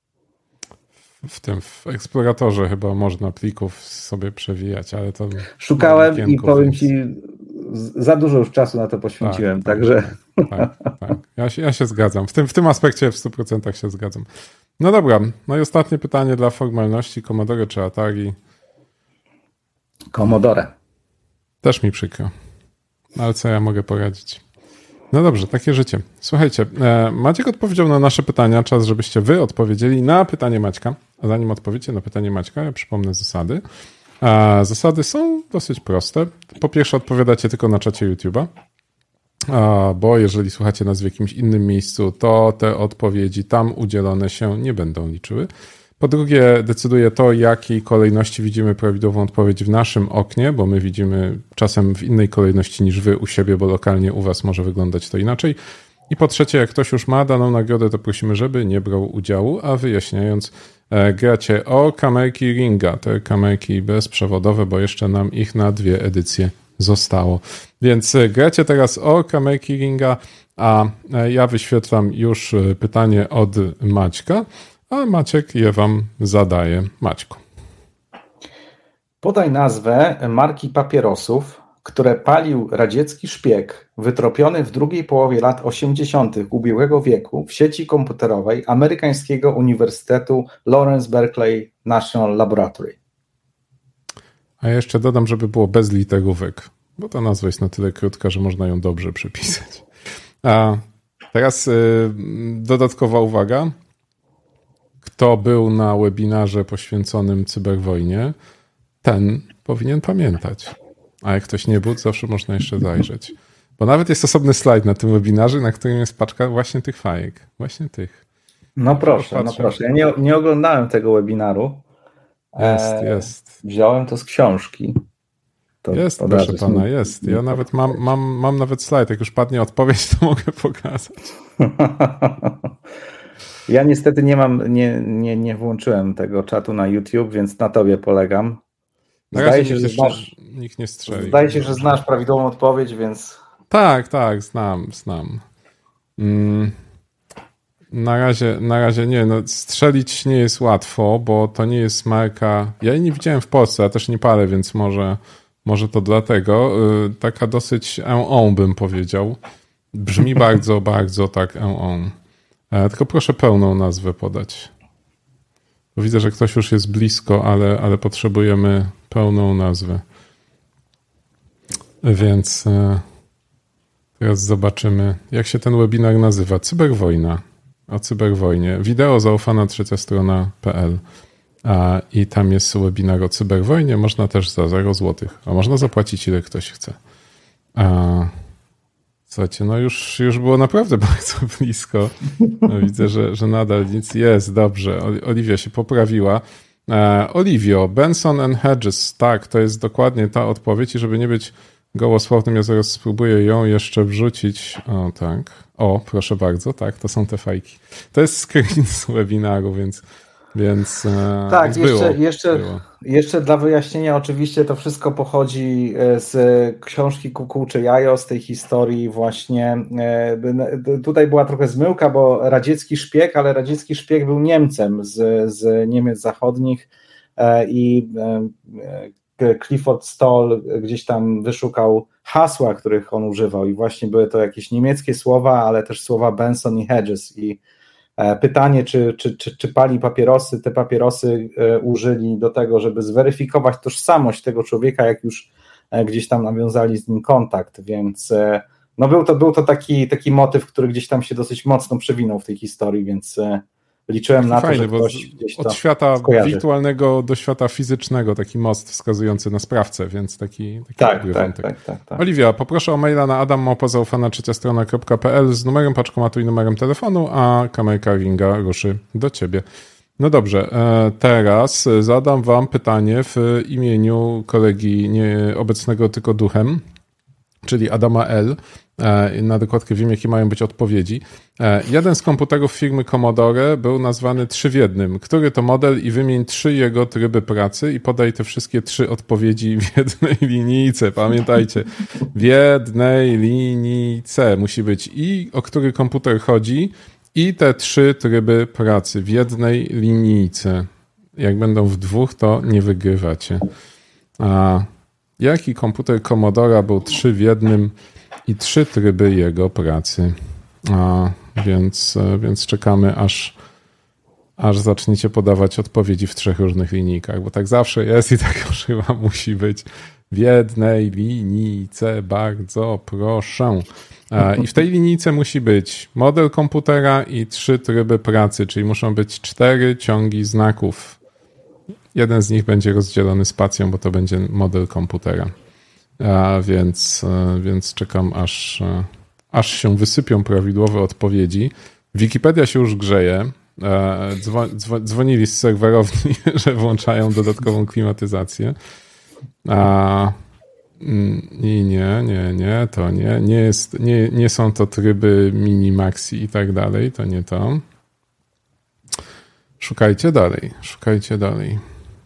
W eksploratorze chyba można plików sobie przewijać, ale to... Szukałem i powiem ci, za dużo już czasu na to poświęciłem, także... Tak. Ja się zgadzam. W tym aspekcie w 100% się zgadzam. No dobra, no i ostatnie pytanie dla formalności. Commodore czy Atari? Commodore. Też mi przykro. Ale co ja mogę poradzić? No dobrze, takie życie. Słuchajcie, Maciek odpowiedział na nasze pytania. Czas, żebyście wy odpowiedzieli na pytanie Maćka. A zanim odpowiecie na pytanie Maćka, ja przypomnę zasady. Zasady są dosyć proste. Po pierwsze, odpowiadacie tylko na czacie YouTube'a, bo jeżeli słuchacie nas w jakimś innym miejscu, to te odpowiedzi tam udzielone się nie będą liczyły. Po drugie, decyduje to, jakiej kolejności widzimy prawidłową odpowiedź w naszym oknie, bo my widzimy czasem w innej kolejności niż wy u siebie, bo lokalnie u was może wyglądać to inaczej. I po trzecie, jak ktoś już ma daną nagrodę, to prosimy, żeby nie brał udziału, a wyjaśniając, gracie o kamerki Ringa, te kamerki bezprzewodowe, bo jeszcze nam ich na 2 edycje zostało. Więc gracie teraz o kamerki Ringa, a ja wyświetlam już pytanie od Maćka, a Maciek je wam zadaje. Maćku. Podaj nazwę marki papierosów, które palił radziecki szpieg wytropiony w drugiej połowie lat 80. ubiegłego wieku w sieci komputerowej amerykańskiego Uniwersytetu Lawrence Berkeley National Laboratory. A jeszcze dodam, żeby było bez literówek, bo ta nazwa jest na tyle krótka, że można ją dobrze przepisać. A teraz dodatkowa uwaga. Kto był na webinarze poświęconym cyberwojnie, ten powinien pamiętać. A jak ktoś nie był, to zawsze można jeszcze zajrzeć. Bo nawet jest osobny slajd na tym webinarze, na którym jest paczka właśnie tych fajek. Właśnie tych. No proszę. Ja nie oglądałem tego webinaru. Jest. Wziąłem to z książki. Jest, proszę pana, jest. Ja nawet mam nawet slajd. Jak już padnie odpowiedź, to mogę pokazać. Ja niestety nie włączyłem tego czatu na YouTube, więc na tobie polegam. Zdaje się, że nikt nie strzeli. Zdaje się, że znasz prawidłową odpowiedź, więc... Tak, znam. Na razie nie. No, strzelić nie jest łatwo, bo to nie jest marka... Ja jej nie widziałem w Polsce, ja też nie palę, więc może to dlatego. Taka dosyć bym powiedział. Brzmi bardzo, bardzo tak Tylko proszę pełną nazwę podać. Bo widzę, że ktoś już jest blisko, ale potrzebujemy pełną nazwę. Więc teraz zobaczymy, jak się ten webinar nazywa. Cyberwojna. O cyberwojnie. Wideo zaufana trzecia strona.pl. I tam jest webinar o cyberwojnie. Można też za 0 zł. A można zapłacić, ile ktoś chce. Słuchajcie, no już było naprawdę bardzo blisko. No, widzę, że nadal nic jest. Dobrze, Oliwia się poprawiła. Oliwio, Benson and Hedges. Tak, to jest dokładnie ta odpowiedź i żeby nie być gołosłownym, ja zaraz spróbuję ją jeszcze wrzucić. O, tak. O, proszę bardzo, tak, to są te fajki. To jest screen z webinaru, więc tak, było. Jeszcze dla wyjaśnienia, oczywiście to wszystko pochodzi z książki Kukułcze Jajo, z tej historii właśnie. Tutaj była trochę zmyłka, bo radziecki szpieg, ale radziecki szpieg był Niemcem z Niemiec zachodnich i Clifford Stoll gdzieś tam wyszukał hasła, których on używał i właśnie były to jakieś niemieckie słowa, ale też słowa Benson i Hedges i pytanie, czy pali papierosy, te papierosy użyli do tego, żeby zweryfikować tożsamość tego człowieka, jak już gdzieś tam nawiązali z nim kontakt, więc no był to taki motyw, który gdzieś tam się dosyć mocno przewinął w tej historii, więc liczyłem na to, że ktoś gdzieś to od świata skojarzy. Wirtualnego do świata fizycznego, taki most wskazujący na sprawcę, więc taki tak. Oliwia, poproszę o maila na adam@zaufana3strona.pl z numerem paczkomatu i numerem telefonu, a kamerka Ringa ruszy do ciebie. No dobrze, teraz zadam wam pytanie w imieniu kolegi nieobecnego tylko duchem, czyli Adama L. Na dokładkę wiem, jakie mają być odpowiedzi. Jeden z komputerów firmy Commodore był nazwany 3 w 1. Który to model i wymień 3 jego tryby pracy i podaj te wszystkie 3 odpowiedzi w jednej linijce. Pamiętajcie, w jednej linijce musi być i o który komputer chodzi i te 3 tryby pracy w jednej linijce. Jak będą w 2, to nie wygrywacie. Jaki komputer Commodora był 3 w 1 i 3 tryby jego pracy? Więc czekamy, aż zaczniecie podawać odpowiedzi w 3 różnych linijkach, bo tak zawsze jest i tak już chyba musi być. W jednej linijce, bardzo proszę. I w tej linijce musi być model komputera i 3 tryby pracy, czyli muszą być 4 ciągi znaków. Jeden z nich będzie rozdzielony spacją, bo to będzie model komputera. Więc czekam, aż się wysypią prawidłowe odpowiedzi. Wikipedia się już grzeje, Dzwonili z serwerowni, że włączają dodatkową klimatyzację. I nie, to nie są to tryby mini, maxi i tak dalej, to nie to. Szukajcie dalej.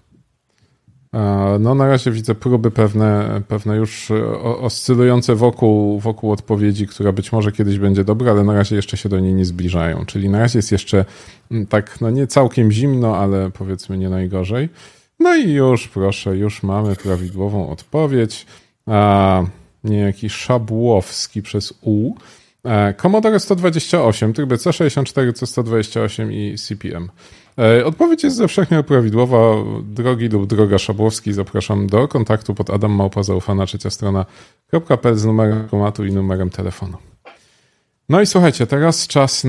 No na razie widzę próby pewne już oscylujące wokół odpowiedzi, która być może kiedyś będzie dobra, ale na razie jeszcze się do niej nie zbliżają. Czyli na razie jest jeszcze tak, no nie całkiem zimno, ale powiedzmy nie najgorzej. No i już, proszę, już mamy prawidłową odpowiedź. Nie jakiś Szabłowski przez U. Commodore 128, tryby C64, C128 i CP/M. Odpowiedź jest ze wszechmiar prawidłowa. Drogi lub droga Szabłowski, zapraszam do kontaktu pod adammałpa.pl z numerem automatu i numerem telefonu. No i słuchajcie, teraz czas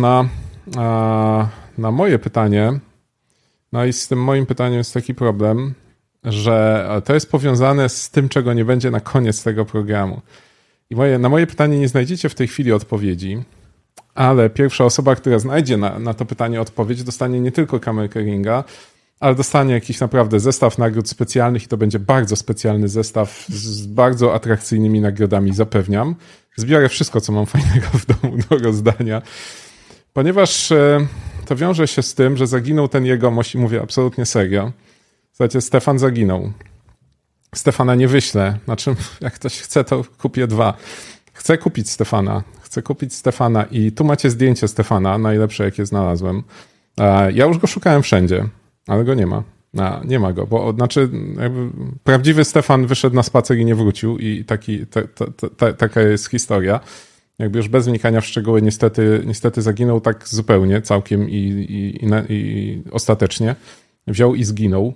na moje pytanie. No i z tym moim pytaniem jest taki problem, że to jest powiązane z tym, czego nie będzie na koniec tego programu. I na moje pytanie nie znajdziecie w tej chwili odpowiedzi, ale pierwsza osoba, która znajdzie na to pytanie odpowiedź, dostanie nie tylko kamerkę Ringa, ale dostanie jakiś naprawdę zestaw nagród specjalnych i to będzie bardzo specjalny zestaw z bardzo atrakcyjnymi nagrodami, zapewniam. Zbiorę wszystko, co mam fajnego w domu do rozdania, ponieważ to wiąże się z tym, że zaginął ten jegomość i mówię absolutnie serio. Słuchajcie, Stefan zaginął. Stefana nie wyślę. Znaczy, jak ktoś chce, to kupię 2. Chcę kupić Stefana i tu macie zdjęcie Stefana, najlepsze jakie znalazłem. Ja już go szukałem wszędzie, ale go nie ma. Nie ma go, bo znaczy jakby prawdziwy Stefan wyszedł na spacer i nie wrócił i taka jest historia. Jakby już bez wnikania w szczegóły niestety zaginął tak zupełnie, całkiem i ostatecznie. Wziął i zginął.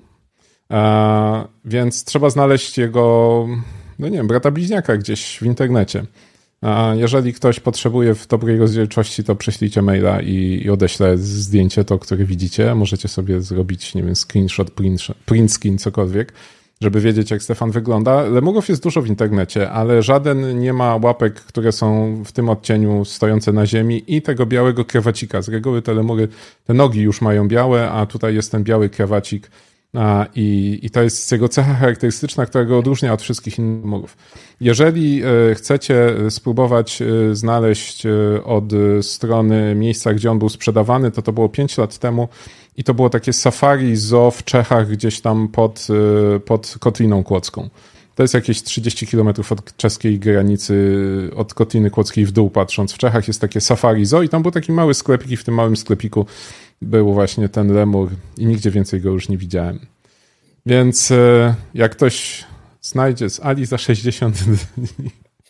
Więc trzeba znaleźć jego, no nie wiem, brata bliźniaka gdzieś w internecie. Jeżeli ktoś potrzebuje w dobrej rozdzielczości, to prześlijcie maila i odeślę zdjęcie, to które widzicie. Możecie sobie zrobić, nie wiem, screenshot, print screen, cokolwiek, żeby wiedzieć, jak Stefan wygląda. Lemurów jest dużo w internecie, ale żaden nie ma łapek, które są w tym odcieniu stojące na ziemi i tego białego krawacika. Z reguły te lemury, te nogi już mają białe, a tutaj jest ten biały krawacik. I to jest jego cecha charakterystyczna, która go odróżnia od wszystkich innych lemurów. Jeżeli chcecie spróbować znaleźć od strony miejsca, gdzie on był sprzedawany, to było 5 lat temu i to było takie safari zoo w Czechach, gdzieś tam pod Kotliną Kłodzką. To jest jakieś 30 km od czeskiej granicy, od Kotliny Kłodzkiej w dół patrząc. W Czechach jest takie safari zoo i tam był taki mały sklepik i w tym małym sklepiku był właśnie ten lemur i nigdzie więcej go już nie widziałem. Więc jak ktoś znajdzie z Ali za 60 dni,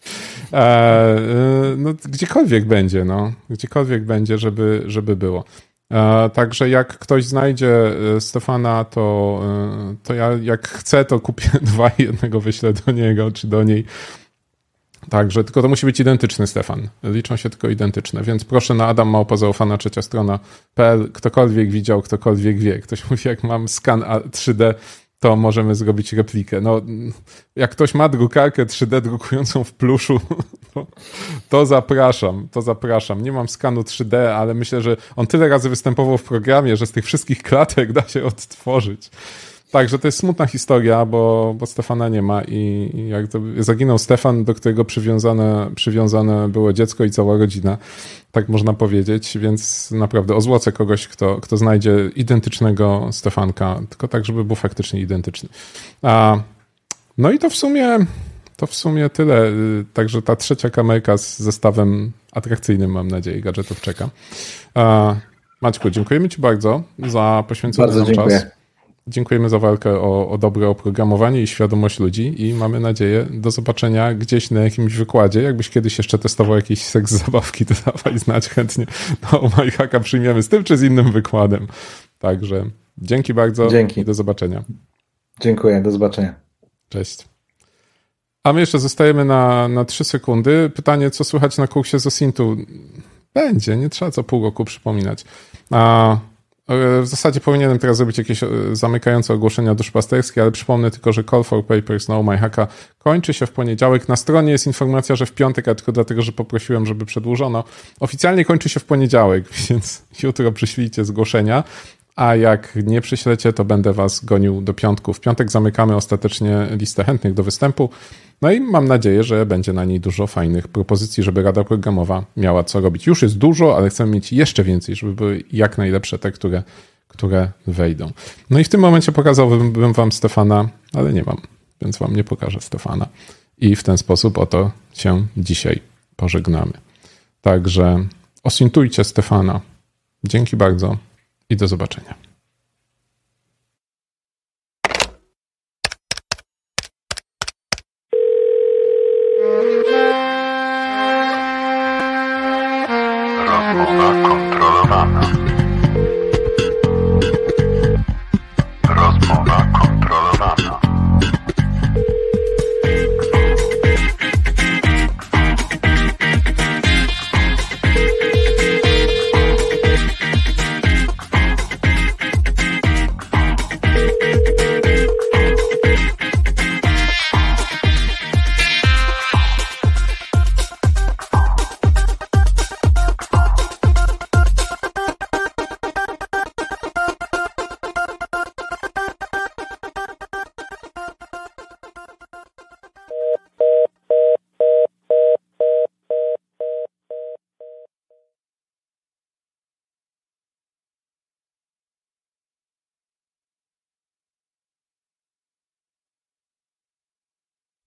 no gdziekolwiek będzie, żeby było. Także jak ktoś znajdzie Stefana, to ja jak chcę, to kupię 2 i jednego wyślę do niego czy do niej. Także, tylko to musi być identyczny Stefan. Liczą się tylko identyczne, więc proszę na adammałpa.pl. Ktokolwiek widział, ktokolwiek wie. Ktoś mówi, jak mam skan 3D, to możemy zrobić replikę. No, jak ktoś ma drukarkę 3D drukującą w pluszu, to zapraszam. Nie mam skanu 3D, ale myślę, że on tyle razy występował w programie, że z tych wszystkich klatek da się odtworzyć. Także to jest smutna historia, bo Stefana nie ma i jak to zaginął Stefan, do którego przywiązane było dziecko i cała rodzina, tak można powiedzieć, więc naprawdę ozłocę kogoś, kto znajdzie identycznego Stefanka, tylko tak, żeby był faktycznie identyczny. No i to w sumie tyle. Także ta trzecia kamerka z zestawem atrakcyjnym, mam nadzieję, gadżetów czeka. Maćku, dziękujemy Ci bardzo za poświęcony nam czas. Dziękujemy za walkę o dobre oprogramowanie i świadomość ludzi i mamy nadzieję do zobaczenia gdzieś na jakimś wykładzie. Jakbyś kiedyś jeszcze testował jakieś seks zabawki, to dawaj znać chętnie. No, MyHacka przyjmiemy z tym czy z innym wykładem. Także dzięki bardzo. Dzięki. I do zobaczenia. Dziękuję, do zobaczenia. Cześć. A my jeszcze zostajemy na 3 sekundy. Pytanie, co słychać na kursie z OSINT-u? Będzie, nie trzeba co pół roku przypominać. w zasadzie powinienem teraz zrobić jakieś zamykające ogłoszenia duszpasterskie, ale przypomnę tylko, że Call for Papers No My Hacka kończy się w poniedziałek. Na stronie jest informacja, że w piątek, a tylko dlatego, że poprosiłem, żeby przedłużono. Oficjalnie kończy się w poniedziałek, więc jutro przyślijcie zgłoszenia, a jak nie przyślecie, to będę was gonił do piątku. W piątek zamykamy ostatecznie listę chętnych do występu. No i mam nadzieję, że będzie na niej dużo fajnych propozycji, żeby Rada Programowa miała co robić. Już jest dużo, ale chcemy mieć jeszcze więcej, żeby były jak najlepsze te, które wejdą. No i w tym momencie pokazałbym wam Stefana, ale nie mam, więc wam nie pokażę Stefana. I w ten sposób oto się dzisiaj pożegnamy. Także osintujcie Stefana. Dzięki bardzo i do zobaczenia.